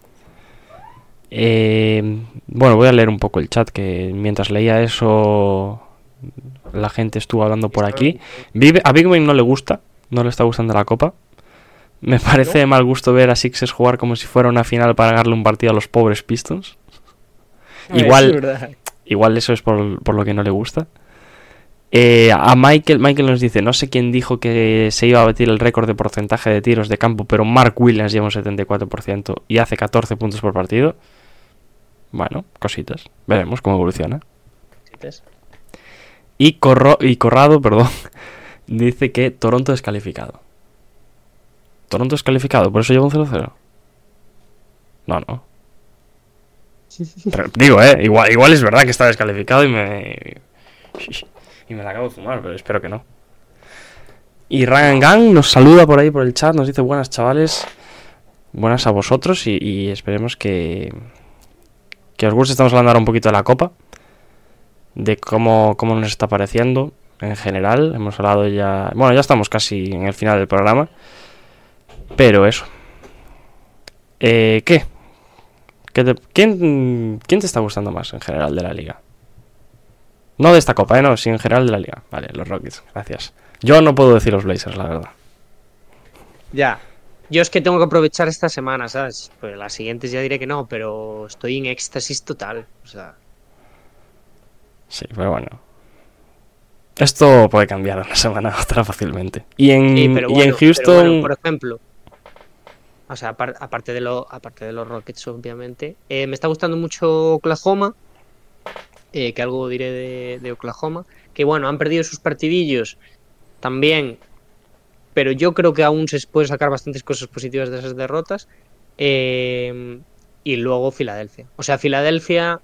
Bueno, voy a leer un poco el chat, que mientras leía eso la gente estuvo hablando por aquí. A Big Ben no le gusta, no le está gustando la Copa. Me parece de mal gusto ver a Sixers jugar como si fuera una final para darle un partido a los pobres Pistons. Igual eso es por lo que no le gusta. A Michael nos dice, no sé quién dijo que se iba a batir el récord de porcentaje de tiros de campo, pero Mark Williams lleva un 74% y hace 14 puntos por partido. Bueno, cositas. Veremos cómo evoluciona. Cositas. Y Corrado, dice que Toronto descalificado. ¿Toronto descalificado? ¿Por eso lleva un 0-0? No. Pero, digo, igual es verdad que está descalificado y me la acabo de fumar, pero espero que no. Y Ryan Gang nos saluda por ahí por el chat, nos dice buenas chavales, buenas a vosotros y esperemos que os guste. Estamos hablando ahora un poquito de la Copa, de cómo nos está pareciendo en general. Hemos hablado ya, bueno, ya estamos casi en el final del programa, pero eso. ¿Qué? ¿Quién te está gustando más en general de la liga? No de esta Copa, no, sino en general de la liga. Vale, los Rockets, gracias. Yo no puedo decir los Blazers, la verdad. Ya. Yo es que tengo que aprovechar esta semana, ¿sabes? Pues las siguientes ya diré que no, pero estoy en éxtasis total. O sea. Sí, pero bueno. Esto puede cambiar de una semana a otra fácilmente. Y en Houston... Pero bueno, por ejemplo... O sea, aparte de los Rockets, obviamente. Me está gustando mucho Oklahoma. Que algo diré de Oklahoma. Que bueno, han perdido sus partidillos también. Pero yo creo que aún se pueden sacar bastantes cosas positivas de esas derrotas. Y luego Filadelfia. O sea, Filadelfia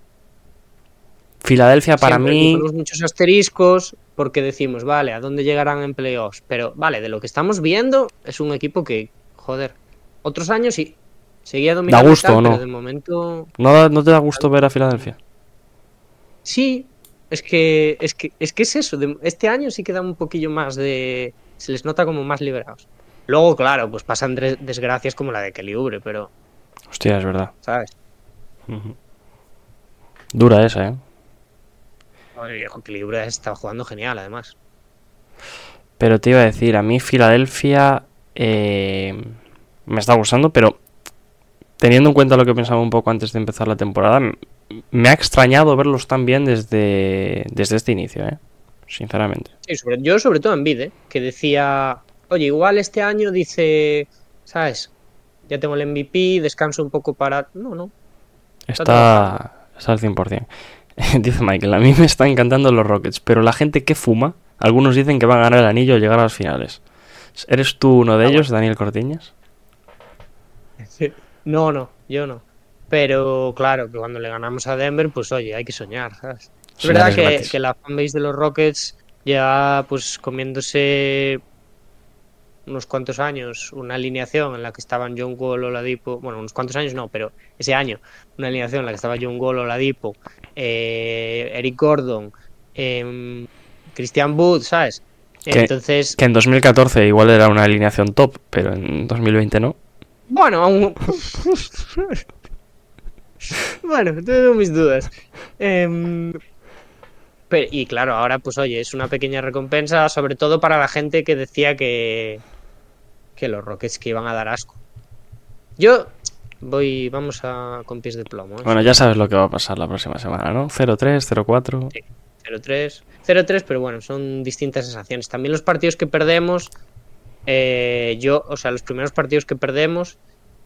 para mí... Tenemos muchos asteriscos porque decimos, vale, ¿a dónde llegarán en playoffs? Pero vale, de lo que estamos viendo, es un equipo que, joder, otros años sí, seguía dominando. ¿Da gusto tal, o no? pero de momento... ¿No te da gusto ver a Filadelfia? Sí, es que es eso. Este año sí que da un poquillo más de... Se les nota como más liberados. Luego, claro, pues pasan desgracias como la de Kelly Oubre, pero... Hostia, es verdad. ¿Sabes? Uh-huh. Dura esa, ¿eh? Oye, viejo, Kelly Oubre estaba jugando genial, además. Pero te iba a decir, a mí Filadelfia me está gustando, pero teniendo en cuenta lo que pensaba un poco antes de empezar la temporada, me ha extrañado verlos tan bien desde este inicio, sinceramente. Sí, yo sobre todo en Bid, que decía, oye, igual este año dice, ¿sabes? Ya tengo el MVP, descanso un poco para... No. Está al 100%. Dice Michael, a mí me están encantando los Rockets, pero la gente que fuma, algunos dicen que van a ganar el anillo o llegar a las finales. ¿Eres tú uno de ellos, Daniel Cortiñas? No, yo no. Pero claro, que cuando le ganamos a Denver, pues oye, hay que soñar, ¿sabes? Es verdad que la fanbase de los Rockets ya pues comiéndose unos cuantos años una alineación en la que estaban John Wall, Oladipo, bueno, unos cuantos años no, pero ese año una alineación en la que estaba John Wall, Oladipo, Eric Gordon, Christian Wood, ¿sabes? Entonces que en 2014 igual era una alineación top, pero en 2020 no. Bueno, aún... bueno, tengo mis dudas. Y claro, ahora pues oye, es una pequeña recompensa, sobre todo para la gente que decía que los Rockets que iban a dar asco. Vamos con pies de plomo. Bueno, ya sabes lo que va a pasar la próxima semana, ¿no? 0-3, 0-4. Sí, 0-3, pero bueno, son distintas sensaciones. También los partidos que perdemos, los primeros partidos que perdemos,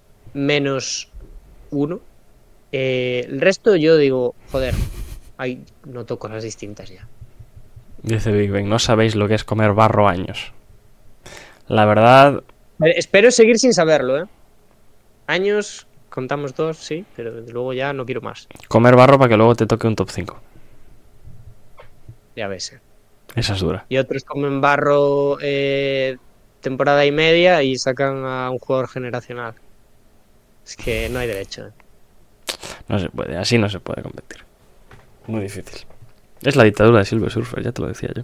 -1. El resto yo digo, joder, noto cosas distintas ya. Dice Big Ben, no sabéis lo que es comer barro años. La verdad... Espero seguir sin saberlo, Años, contamos 2, sí, pero desde luego ya no quiero más. Comer barro para que luego te toque un top 5. Ya ves, Esa es dura. Y otros comen barro temporada y media y sacan a un jugador generacional. Es que no hay derecho. No se puede, así no se puede competir. Muy difícil. Es la dictadura de Silver Surfer, ya te lo decía yo.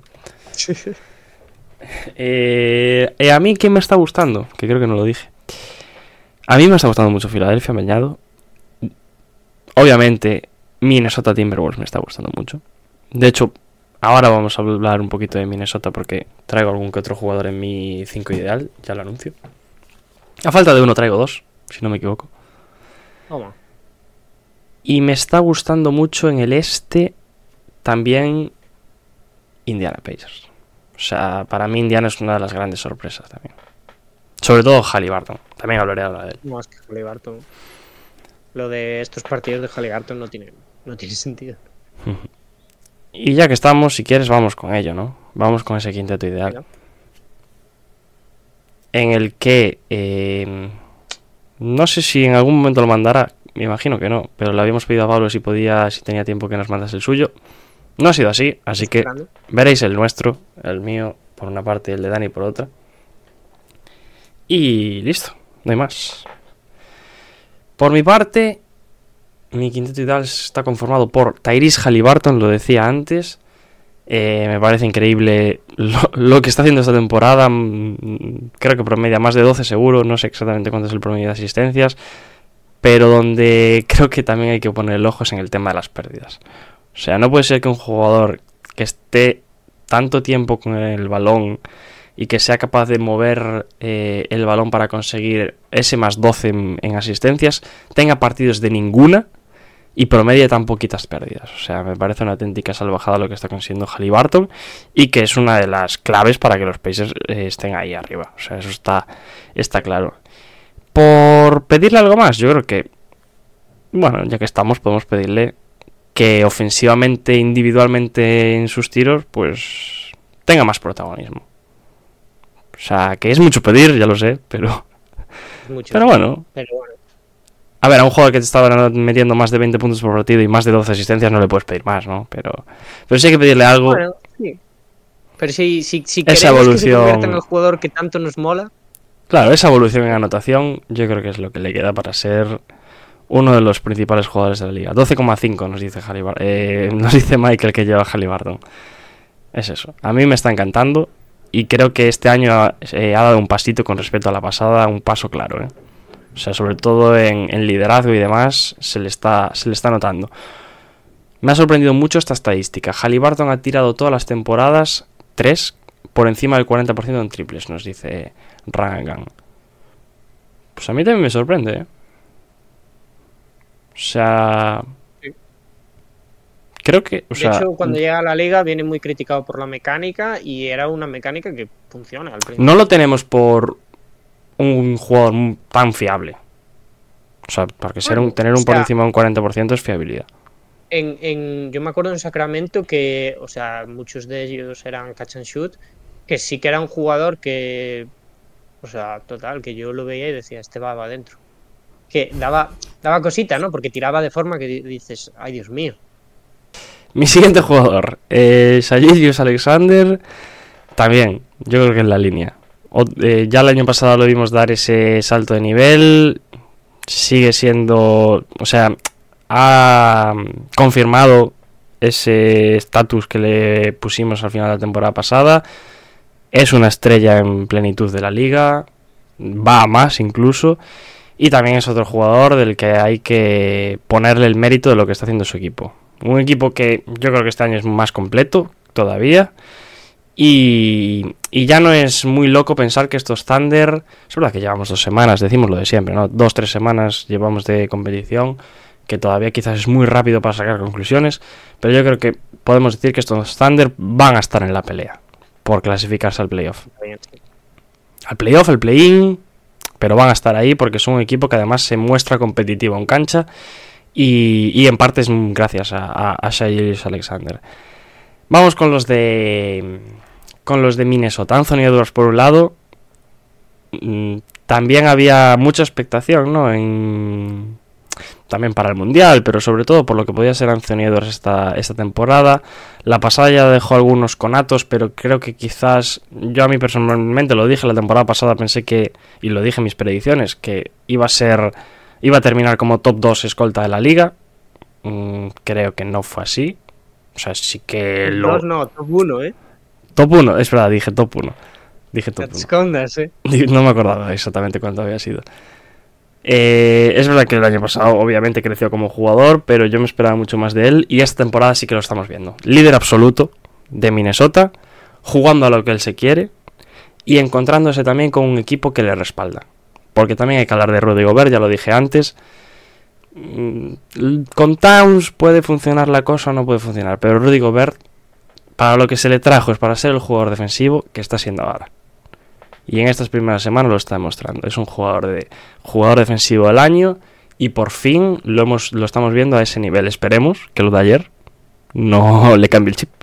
A mí, ¿quién me está gustando? Que creo que no lo dije. A mí me está gustando mucho Filadelfia, me añado. Obviamente, Minnesota Timberwolves me está gustando mucho. De hecho, ahora vamos a hablar un poquito de Minnesota porque traigo algún que otro jugador en mi 5 ideal, ya lo anuncio. A falta de uno traigo 2, si no me equivoco. Toma. Y me está gustando mucho en el este también Indiana Pacers. O sea, para mí Indiana es una de las grandes sorpresas también. Sobre todo Haliburton. También hablaré ahora de él. No, es que Haliburton... Lo de estos partidos de Haliburton no tiene sentido. Y ya que estamos, si quieres, vamos con ello, ¿no? Vamos con ese quinteto ideal. ¿No? En el que... no sé si en algún momento lo mandará. Me imagino que no. Pero le habíamos pedido a Pablo si tenía tiempo que nos mandase el suyo. No ha sido así, así que veréis el nuestro, el mío por una parte y el de Dani por otra. Y listo, no hay más. Por mi parte, mi quinteto ideal está conformado por Tyrese Haliburton, lo decía antes. Me parece increíble lo que está haciendo esta temporada. Creo que promedia más de 12 seguro, no sé exactamente cuánto es el promedio de asistencias. Pero donde creo que también hay que poner el ojo es en el tema de las pérdidas. O sea, no puede ser que un jugador que esté tanto tiempo con el balón y que sea capaz de mover el balón para conseguir ese más 12 en asistencias, tenga partidos de ninguna y promedie tan poquitas pérdidas. O sea, me parece una auténtica salvajada lo que está consiguiendo Haliburton y que es una de las claves para que los Pacers estén ahí arriba. O sea, eso está claro. Por pedirle algo más, yo creo que, bueno, ya que estamos, podemos pedirle que ofensivamente, individualmente en sus tiros, pues tenga más protagonismo. O sea, que es mucho pedir, ya lo sé, pero bueno. A ver, a un jugador que te está metiendo más de 20 puntos por partido y más de 12 asistencias no le puedes pedir más, ¿no? Pero sí hay que pedirle algo. Bueno, sí. Pero si esa queremos evolución, que se convierta en el jugador que tanto nos mola. Claro, esa evolución en anotación yo creo que es lo que le queda para ser uno de los principales jugadores de la liga. 12,5 nos dice Michael que lleva Haliburton. Es eso. A mí me está encantando y creo que este año ha dado un pasito con respecto a la pasada, un paso claro, O sea, sobre todo en liderazgo y demás se le está notando. Me ha sorprendido mucho esta estadística. Haliburton ha tirado todas las temporadas 3 por encima del 40% en triples, nos dice Rangan. Pues a mí también me sorprende, O sea, Sí. creo que, o De sea, hecho, cuando llega a la liga viene muy criticado por la mecánica y era una mecánica que funciona al principio. no lo tenemos por un jugador tan fiable. O sea, porque Bueno, tener o un por sea, encima de un 40% es fiabilidad. yo me acuerdo en Sacramento que, o sea, muchos de ellos eran catch and shoot, que sí que era un jugador que, o sea, total, que yo lo veía y decía, este va adentro. Que daba cosita, ¿no? Porque tiraba de forma que dices, ay, Dios mío. Mi siguiente jugador, Shai Alexander, también, yo creo que es la línea. Ya el año pasado lo vimos dar ese salto de nivel, sigue siendo, o sea, ha confirmado ese estatus que le pusimos al final de la temporada pasada. Es una estrella en plenitud de la liga, va a más incluso, y también es otro jugador del que hay que ponerle el mérito de lo que está haciendo su equipo. Un equipo que yo creo que este año es más completo todavía. Y ya no es muy loco pensar que estos Thunder, es verdad que llevamos 2 semanas, decimos lo de siempre, ¿no? 2-3 semanas llevamos de competición, que todavía quizás es muy rápido para sacar conclusiones, pero yo creo que podemos decir que estos Thunder van a estar en la pelea por clasificarse al playoff. Al playoff, al play-in, pero van a estar ahí porque son un equipo que además se muestra competitivo en cancha y en parte es gracias a Shai Alexander. Vamos con los de Minnesota. Anthony Edwards por un lado. También había mucha expectación, ¿no? También para el Mundial, pero sobre todo por lo que podía ser Anthony Edwards esta temporada. La pasada ya dejó algunos conatos, pero creo que quizás, yo a mí personalmente lo dije la temporada pasada, pensé que, y lo dije en mis predicciones, que iba a terminar como top 2 escolta de la liga. Creo que no fue así. O sea, sí que No, top 1, ¿eh? Top 1, es verdad, dije top 1. Dije top 1. Te escondas, ¿eh? No me acordaba exactamente cuánto había sido. Es verdad que el año pasado obviamente creció como jugador, pero yo me esperaba mucho más de él y esta temporada sí que lo estamos viendo. Líder absoluto de Minnesota, jugando a lo que él se quiere y encontrándose también con un equipo que le respalda. Porque también hay que hablar de Rudy Gobert, ya lo dije antes. Con Towns puede funcionar la cosa o no puede funcionar, pero Rudy Gobert, para lo que se le trajo es para ser el jugador defensivo que está siendo ahora. Y en estas primeras semanas lo está demostrando. Es un jugador defensivo del año y por fin lo estamos viendo a ese nivel. Esperemos que lo de ayer no le cambie el chip.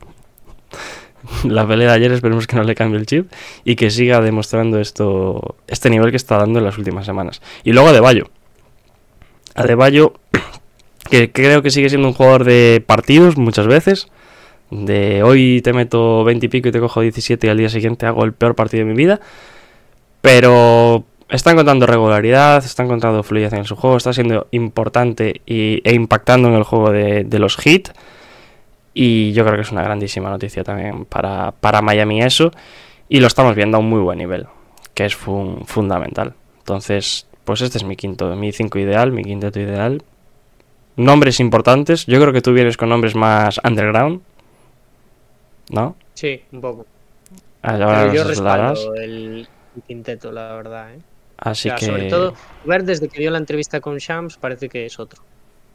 La pelea de ayer esperemos que no le cambie el chip y que siga demostrando este nivel que está dando en las últimas semanas. Y luego Adebayo, que creo que sigue siendo un jugador de partidos muchas veces. De hoy te meto 20 y pico y te cojo 17 y al día siguiente hago el peor partido de mi vida. Pero está encontrando regularidad, está encontrando fluidez en su juego, está siendo importante e impactando en el juego de los Heat. Y yo creo que es una grandísima noticia también para Miami eso. Y lo estamos viendo a un muy buen nivel, que es fundamental. Entonces, pues este es mi 5 ideal, mi quinteto ideal. Nombres importantes. Yo creo que tú vienes con nombres más underground, ¿no? Sí, un poco. Ahora pero yo nos hablarás. respaldo el quinteto, la verdad, ¿eh? Así o sea, que... sobre todo, ver desde que dio la entrevista con Shams parece que es otro.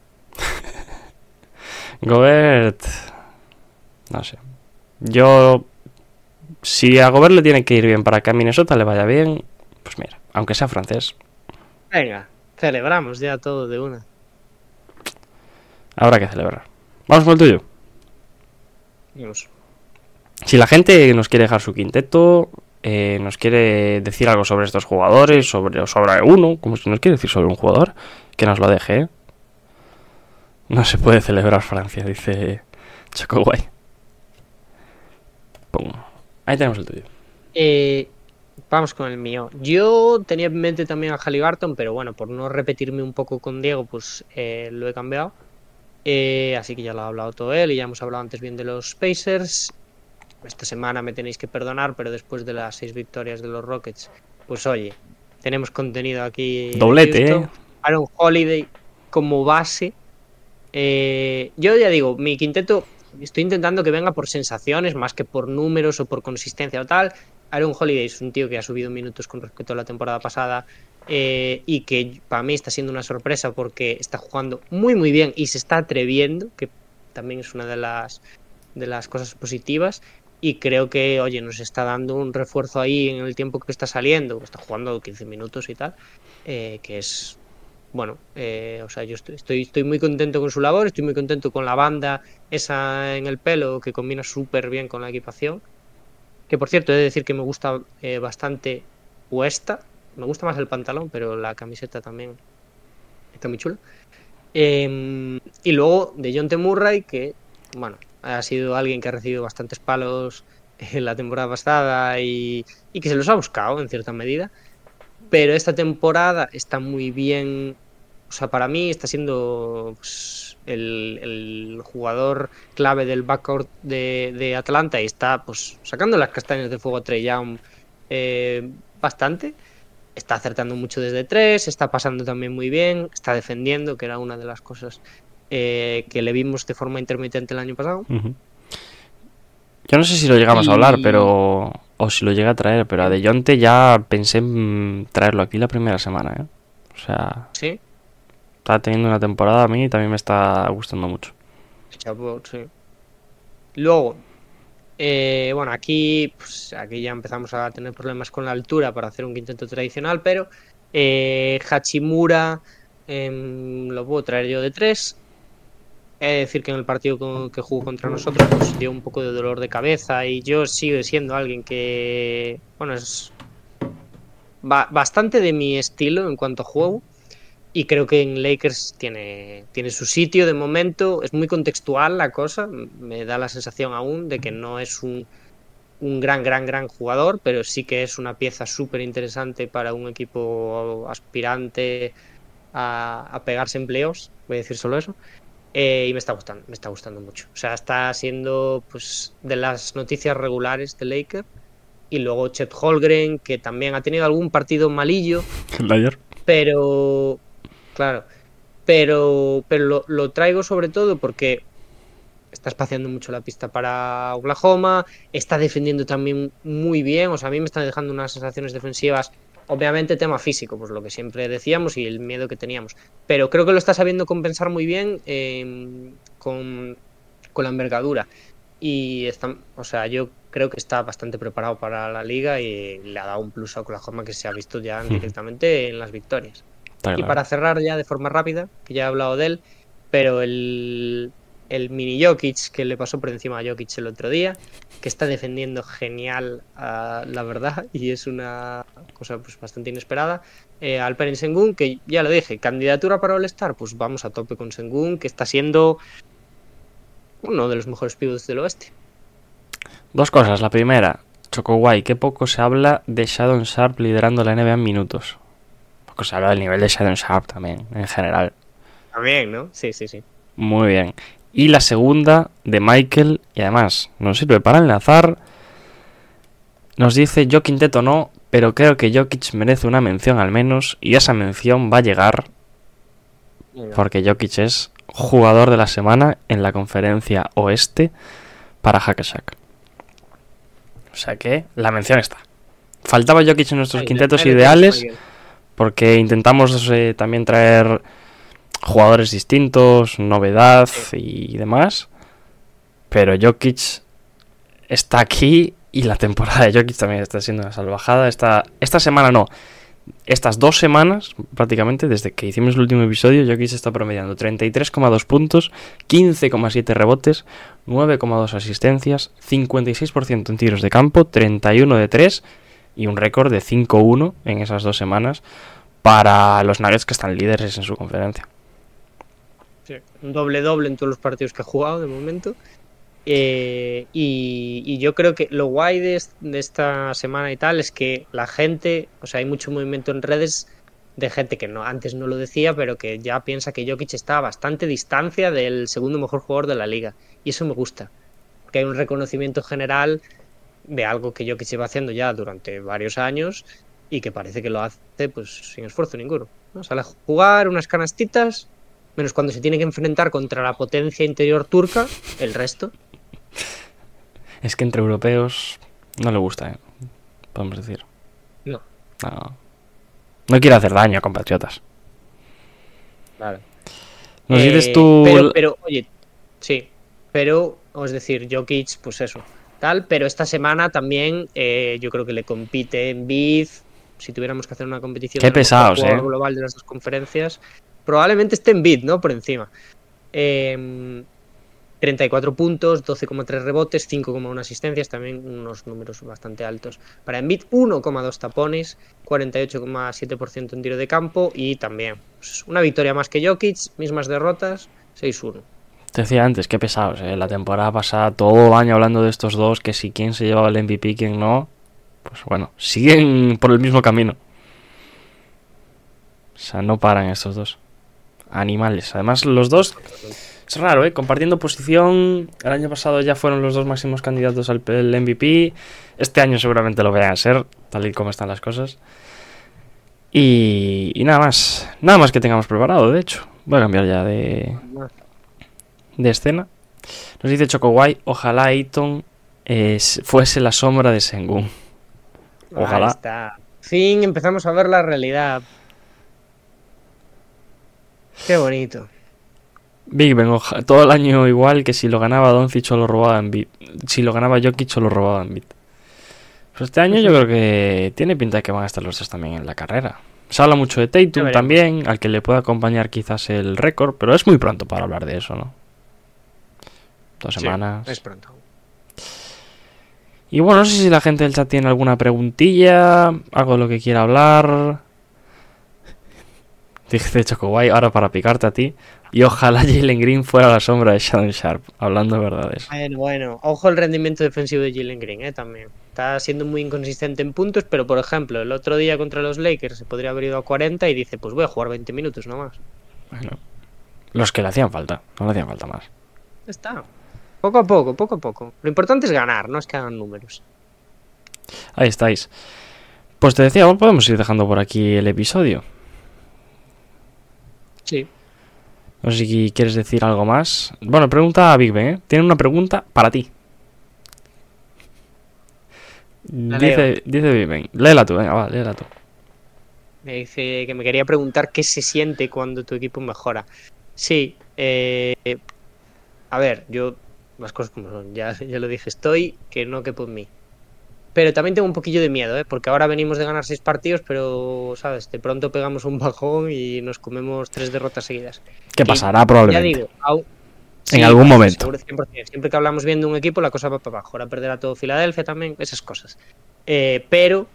Gobert... No sé. Si a Gobert le tiene que ir bien para que a Minnesota le vaya bien, pues mira, aunque sea francés. Venga, celebramos ya todo de una. Habrá que celebrar. Vamos con el tuyo. Vamos. Si la gente nos quiere dejar su quinteto, nos quiere decir algo sobre estos jugadores, sobre uno, como si nos quiere decir sobre un jugador, que nos lo deje, ¿eh? No se puede celebrar Francia, dice Chocoguay. Pum. Ahí tenemos el tuyo. Vamos con el mío. Yo tenía en mente también a Haliburton, pero bueno, por no repetirme un poco con Diego, pues lo he cambiado. Así que ya lo ha hablado todo él y ya hemos hablado antes bien de los Pacers. Esta semana me tenéis que perdonar, pero después de las 6 victorias de los Rockets, pues oye, tenemos contenido aquí. Doblete, Aaron Holiday como base. Yo ya digo, mi quinteto estoy intentando que venga por sensaciones más que por números o por consistencia o tal. Aaron Holiday es un tío que ha subido minutos con respecto a la temporada pasada. y que para mí está siendo una sorpresa porque está jugando muy muy bien y se está atreviendo, que también es una de las cosas positivas. Y creo que, oye, nos está dando un refuerzo ahí en el tiempo que está saliendo, está jugando 15 minutos y tal, que es, bueno, o sea, yo estoy muy contento con su labor, estoy muy contento con la banda esa en el pelo que combina súper bien con la equipación. Que por cierto, he de decir que me gusta bastante Cuesta. Me gusta más el pantalón, pero la camiseta también está muy chula. Y luego de John T. Murray, que, bueno, ha sido alguien que ha recibido bastantes palos en la temporada pasada y que se los ha buscado en cierta medida. Pero esta temporada está muy bien. O sea, para mí está siendo pues, el jugador clave del backcourt de Atlanta y está pues sacando las castañas de fuego a Trae Young bastante. Está acertando mucho desde 3, está pasando también muy bien, está defendiendo, que era una de las cosas que le vimos de forma intermitente el año pasado. Uh-huh. Yo no sé si lo llegamos a hablar, pero o si lo llega a traer, pero a Dejounte ya pensé en traerlo aquí la primera semana, ¿eh? O sea, ¿sí? Está teniendo una temporada a mí y también me está gustando mucho. Chapo, sí. Luego, bueno, aquí ya empezamos a tener problemas con la altura para hacer un quinteto tradicional, pero Hachimura lo puedo traer yo de 3. He de decir que en el partido que jugó contra nosotros pues dio un poco de dolor de cabeza y yo sigo siendo alguien que, bueno, es bastante de mi estilo en cuanto a juego. Y creo que en Lakers tiene su sitio de momento. Es muy contextual la cosa. Me da la sensación aún de que no es un gran jugador, pero sí que es una pieza súper interesante para un equipo aspirante a pegarse en playoffs. Voy a decir solo eso. Y me está gustando mucho. O sea, está siendo pues de las noticias regulares de Lakers. Y luego Chet Holmgren, que también ha tenido algún partido malillo. El de ayer. Pero... Claro, pero lo traigo sobre todo porque está espaciando mucho la pista para Oklahoma, está defendiendo también muy bien, o sea, a mí me están dejando unas sensaciones defensivas, obviamente tema físico, pues lo que siempre decíamos y el miedo que teníamos, pero creo que lo está sabiendo compensar muy bien con la envergadura y o sea, yo creo que está bastante preparado para la liga y le ha dado un plus a Oklahoma que se ha visto ya directamente en las victorias. Claro. Y para cerrar ya de forma rápida, que ya he hablado de él, pero el mini Jokic que le pasó por encima a Jokic el otro día, que está defendiendo genial, la verdad, y es una cosa pues bastante inesperada. Alperen Sengun, que ya lo dije, candidatura para All-Star, pues vamos a tope con Sengun, que está siendo uno de los mejores pivots del oeste. Dos cosas. La primera, Chocoguay, qué poco se habla de Shadon Sharp liderando la NBA en minutos. Poco se habla del nivel de Shadon Sharp también, en general. También, ¿no? Sí. Muy bien. Y la segunda, de Michael, y además nos sirve para enlazar. Nos dice, yo quinteto no, pero creo que Jokic merece una mención al menos, y esa mención va a llegar porque Jokic es jugador de la semana en la conferencia oeste para Hackashack. O sea que la mención está. Faltaba Jokic en nuestros quintetos ideales porque intentamos también traer jugadores distintos, novedad y demás. Pero Jokic está aquí y la temporada de Jokic también está siendo una salvajada. Esta semana no. Estas 2 semanas, prácticamente, desde que hicimos el último episodio, Jokic está promediando 33,2 puntos, 15,7 rebotes, 9,2 asistencias, 56% en tiros de campo, 31 de 3 y un récord de 5-1 en esas 2 semanas para los Nuggets que están líderes en su conferencia. Sí, un doble-doble en todos los partidos que ha jugado de momento. Y yo creo que lo guay de esta semana y tal es que la gente, o sea, hay mucho movimiento en redes de gente que antes no lo decía, pero que ya piensa que Jokic está a bastante distancia del segundo mejor jugador de la liga. Y eso me gusta, porque hay un reconocimiento general de algo que Jokic lleva haciendo ya durante varios años y que parece que lo hace pues sin esfuerzo ninguno, ¿no? Sale a jugar unas canastitas, menos cuando se tiene que enfrentar contra la potencia interior turca, el resto. Es que entre europeos no le gusta, podemos decir. No. No quiere hacer daño a compatriotas. Claro. Nos dices tú... Pero, oye, sí. Pero, es decir, Jokic, pues eso. Tal, pero esta semana también yo creo que le compite Embiid. Si tuviéramos que hacer una competición Qué pesados, global de las dos conferencias, probablemente esté Embiid, ¿no? Por encima. 34 puntos, 12,3 rebotes, 5,1 asistencias, también unos números bastante altos. Para Embiid, 1,2 tapones, 48,7% en tiro de campo y también pues, una victoria más que Jokic, mismas derrotas, 6-1. Te decía antes, qué pesados, La temporada pasada, todo el año hablando de estos dos, que si quién se llevaba el MVP, quién no. Pues bueno, siguen por el mismo camino. O sea, no paran estos dos. Animales. Además, los dos... Es raro, compartiendo posición. El año pasado ya fueron los dos máximos candidatos al MVP. Este año seguramente lo vayan a ser, tal y como están las cosas. Y nada más. Nada más que tengamos preparado, de hecho. Voy a cambiar ya de escena. Nos dice Chocoguay, ojalá Ayton fuese la sombra de Sengun. Ojalá. Ahí está. Fin, empezamos a ver la realidad. Qué bonito. Big Ben, todo el año igual que si lo ganaba Doncic o lo robaba Embiid. Si lo ganaba Jokic o lo robaba Embiid. Pues este año yo creo que tiene pinta de que van a estar los dos también en la carrera. Se habla mucho de Tatum también, al que le puede acompañar quizás el récord, pero es muy pronto para hablar de eso, ¿no? 2 semanas. Sí, es pronto. Y bueno, no sé si la gente del chat tiene alguna preguntilla, algo de lo que quiera hablar. Dice Chocoguay, ahora para picarte a ti. Y ojalá Jalen Green fuera la sombra de Shannon Sharp, hablando de verdades. Bueno, ojo el rendimiento defensivo de Jalen Green, también. Está siendo muy inconsistente en puntos, pero por ejemplo, el otro día contra los Lakers se podría haber ido a 40 y dice, pues voy a jugar 20 minutos nomás. Bueno, los que le hacían falta, no le hacían falta más. Está. Poco a poco. Lo importante es ganar, no es que hagan números. Ahí estáis. Pues te decía, bueno, podemos ir dejando por aquí el episodio. Sí. No sé si quieres decir algo más. Bueno, pregunta a Big Ben, Tiene una pregunta para ti. Dice Big Ben. Léela tú, venga, va, léela tú. Me dice que me quería preguntar qué se siente cuando tu equipo mejora. Sí, a ver, yo las cosas como son, ya lo dije, estoy que no quepo en mí. Pero también tengo un poquillo de miedo, porque ahora venimos de ganar 6 partidos, pero, ¿sabes? De pronto pegamos un bajón y nos comemos 3 derrotas seguidas. ¿Qué pasará probablemente? Ya digo, en algún momento. Seguro 100%. Siempre que hablamos bien de un equipo, la cosa va para abajo. Ahora perderá todo Filadelfia también, esas cosas. Pero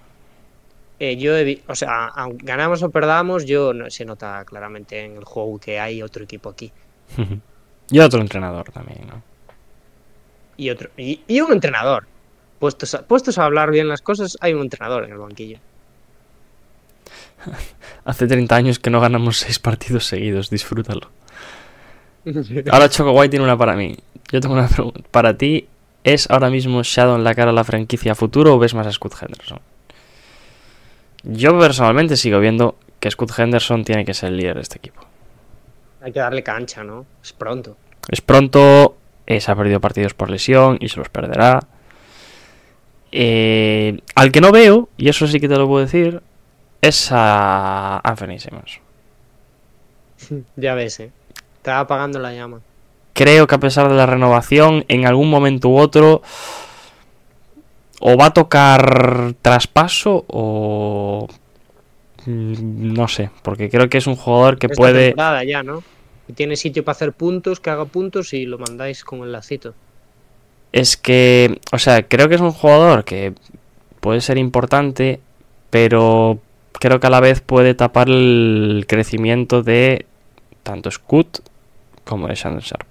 ganamos o perdamos, se nota claramente en el juego que hay otro equipo aquí. Y otro entrenador también, ¿no? Y un entrenador. Puestos a hablar bien las cosas, hay un entrenador en el banquillo. Hace 30 años que no ganamos 6 partidos seguidos, disfrútalo. Ahora Chocoguay tiene una para mí. Yo tengo una pregunta. ¿Para ti es ahora mismo Shadow en la cara a la franquicia futuro o ves más a Scoot Henderson? Yo personalmente sigo viendo que Scoot Henderson tiene que ser el líder de este equipo. Hay que darle cancha, ¿no? Es pronto. Se ha perdido partidos por lesión y se los perderá. Al que no veo, y eso sí que te lo puedo decir, es a Anthony Simmons. Ya ves, Estaba apagando la llama. Creo que a pesar de la renovación, en algún momento u otro, o va a tocar traspaso o... no sé, porque creo que es un jugador que puede... temporada ya, ¿no? Que tiene sitio para hacer puntos, que haga puntos y lo mandáis con el lacito. Es que, o sea, creo que es un jugador que puede ser importante, pero creo que a la vez puede tapar el crecimiento de tanto Scoot como de Shannon Sharp.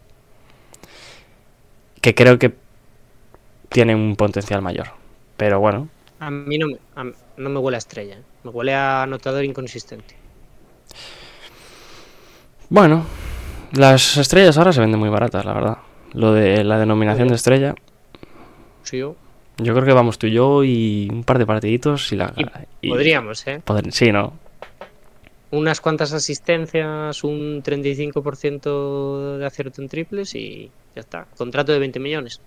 Que creo que tiene un potencial mayor. Pero bueno. A mí no me huele a estrella. Me huele a anotador inconsistente. Bueno, las estrellas ahora se venden muy baratas, la verdad. Lo de la denominación de estrella. Sí, yo creo que vamos tú y yo y un par de partiditos y podríamos, sí, ¿no? Unas cuantas asistencias, un 35% de acierto en triples y ya está. Contrato de 20 millones.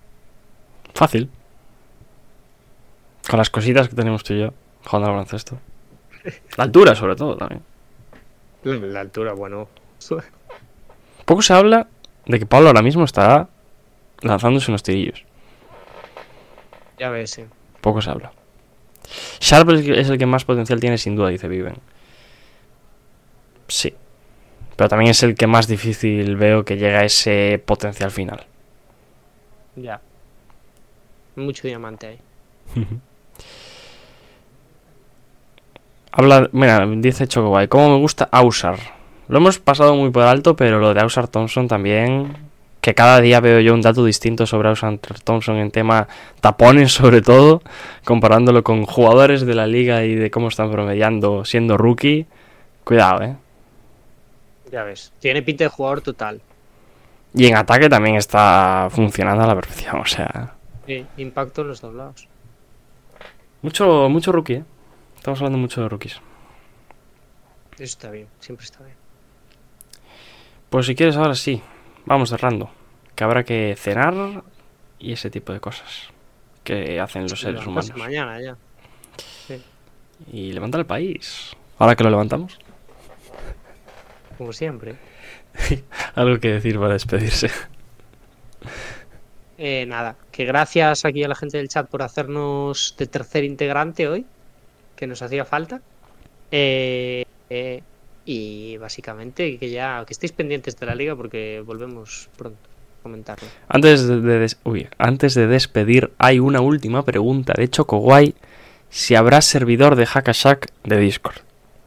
Fácil. Con las cositas que tenemos tú y yo jugando al baloncesto. La altura, sobre todo, también. La altura, bueno. Poco se habla de que Pablo ahora mismo está lanzándose unos tirillos. Ya ves, sí. Poco se habla. Sharp es el que más potencial tiene, sin duda, dice Viven. Sí. Pero también es el que más difícil veo que llegue a ese potencial final. Ya. Mucho diamante ahí. Mira, dice Chocobay, ¿cómo me gusta Ausar? Lo hemos pasado muy por alto, pero lo de Ausar Thompson también, que cada día veo yo un dato distinto sobre Ausar Thompson en tema tapones, sobre todo, comparándolo con jugadores de la liga y de cómo están promediando siendo rookie. Cuidado, Ya ves, tiene pinta de jugador total. Y en ataque también está funcionando a la perfección, o sea... Sí, impacto en los dos lados. Mucho rookie, Estamos hablando mucho de rookies. Eso está bien, siempre está bien. Pues si quieres ahora sí, vamos cerrando. Que habrá que cenar y ese tipo de cosas que hacen los seres humanos. Mañana ya. Sí. Y levantar el país. Ahora que lo levantamos. Como siempre. Algo que decir para despedirse. Nada, que gracias aquí a la gente del chat por hacernos de tercer integrante hoy, que nos hacía falta. Y básicamente que estéis pendientes de la liga porque volvemos pronto a comentarlo. Antes de despedir, hay una última pregunta de Chocoguay: si habrá servidor de Hackashack de Discord.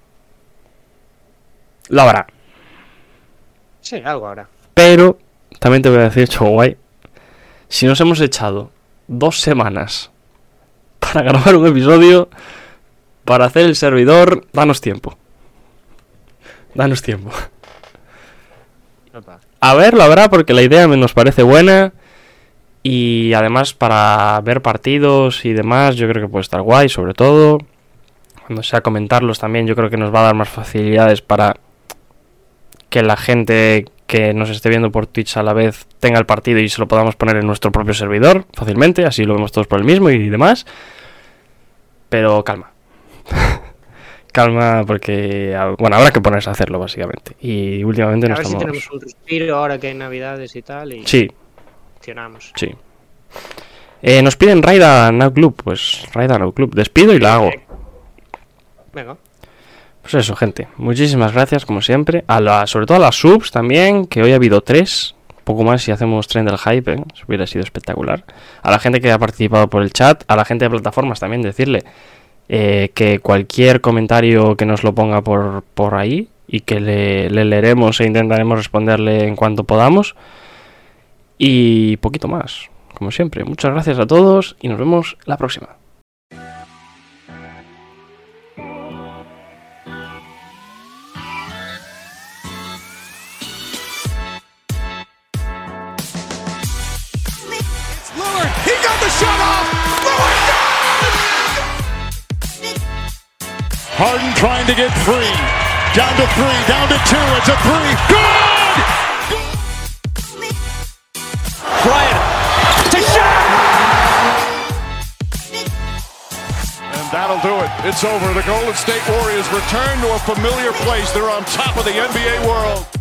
Lo habrá. Sí, algo habrá. Pero también te voy a decir, Chocoguay, si nos hemos echado 2 semanas para grabar un episodio, para hacer el servidor, danos tiempo. Danos tiempo. A ver, lo habrá porque la idea nos parece buena. Y además para ver partidos y demás, yo creo que puede estar guay, sobre todo. Cuando sea comentarlos también, yo creo que nos va a dar más facilidades para que la gente que nos esté viendo por Twitch a la vez tenga el partido y se lo podamos poner en nuestro propio servidor fácilmente, así lo vemos todos por el mismo y demás. Pero calma. Calma porque, bueno, habrá que ponerse a hacerlo básicamente. Y últimamente no estamos... A ver si tenemos un respiro ahora que hay navidades y tal y... Sí. Funcionamos. Sí. Nos piden Raida Now Club. Pues Raida Now Club. Despido y la hago. Venga. Pues eso, gente. Muchísimas gracias, como siempre. Sobre todo a las subs también, que hoy ha habido 3. Poco más si hacemos tren del hype, Eso hubiera sido espectacular. A la gente que ha participado por el chat. A la gente de plataformas también decirle que cualquier comentario que nos lo ponga por ahí y que le leeremos e intentaremos responderle en cuanto podamos. Y poquito más, como siempre. Muchas gracias a todos y nos vemos la próxima. Harden trying to get free. Down to 3, down to 2. It's a 3. Good! Bryant to shot! And that'll do it. It's over. The Golden State Warriors return to a familiar place. They're on top of the NBA world.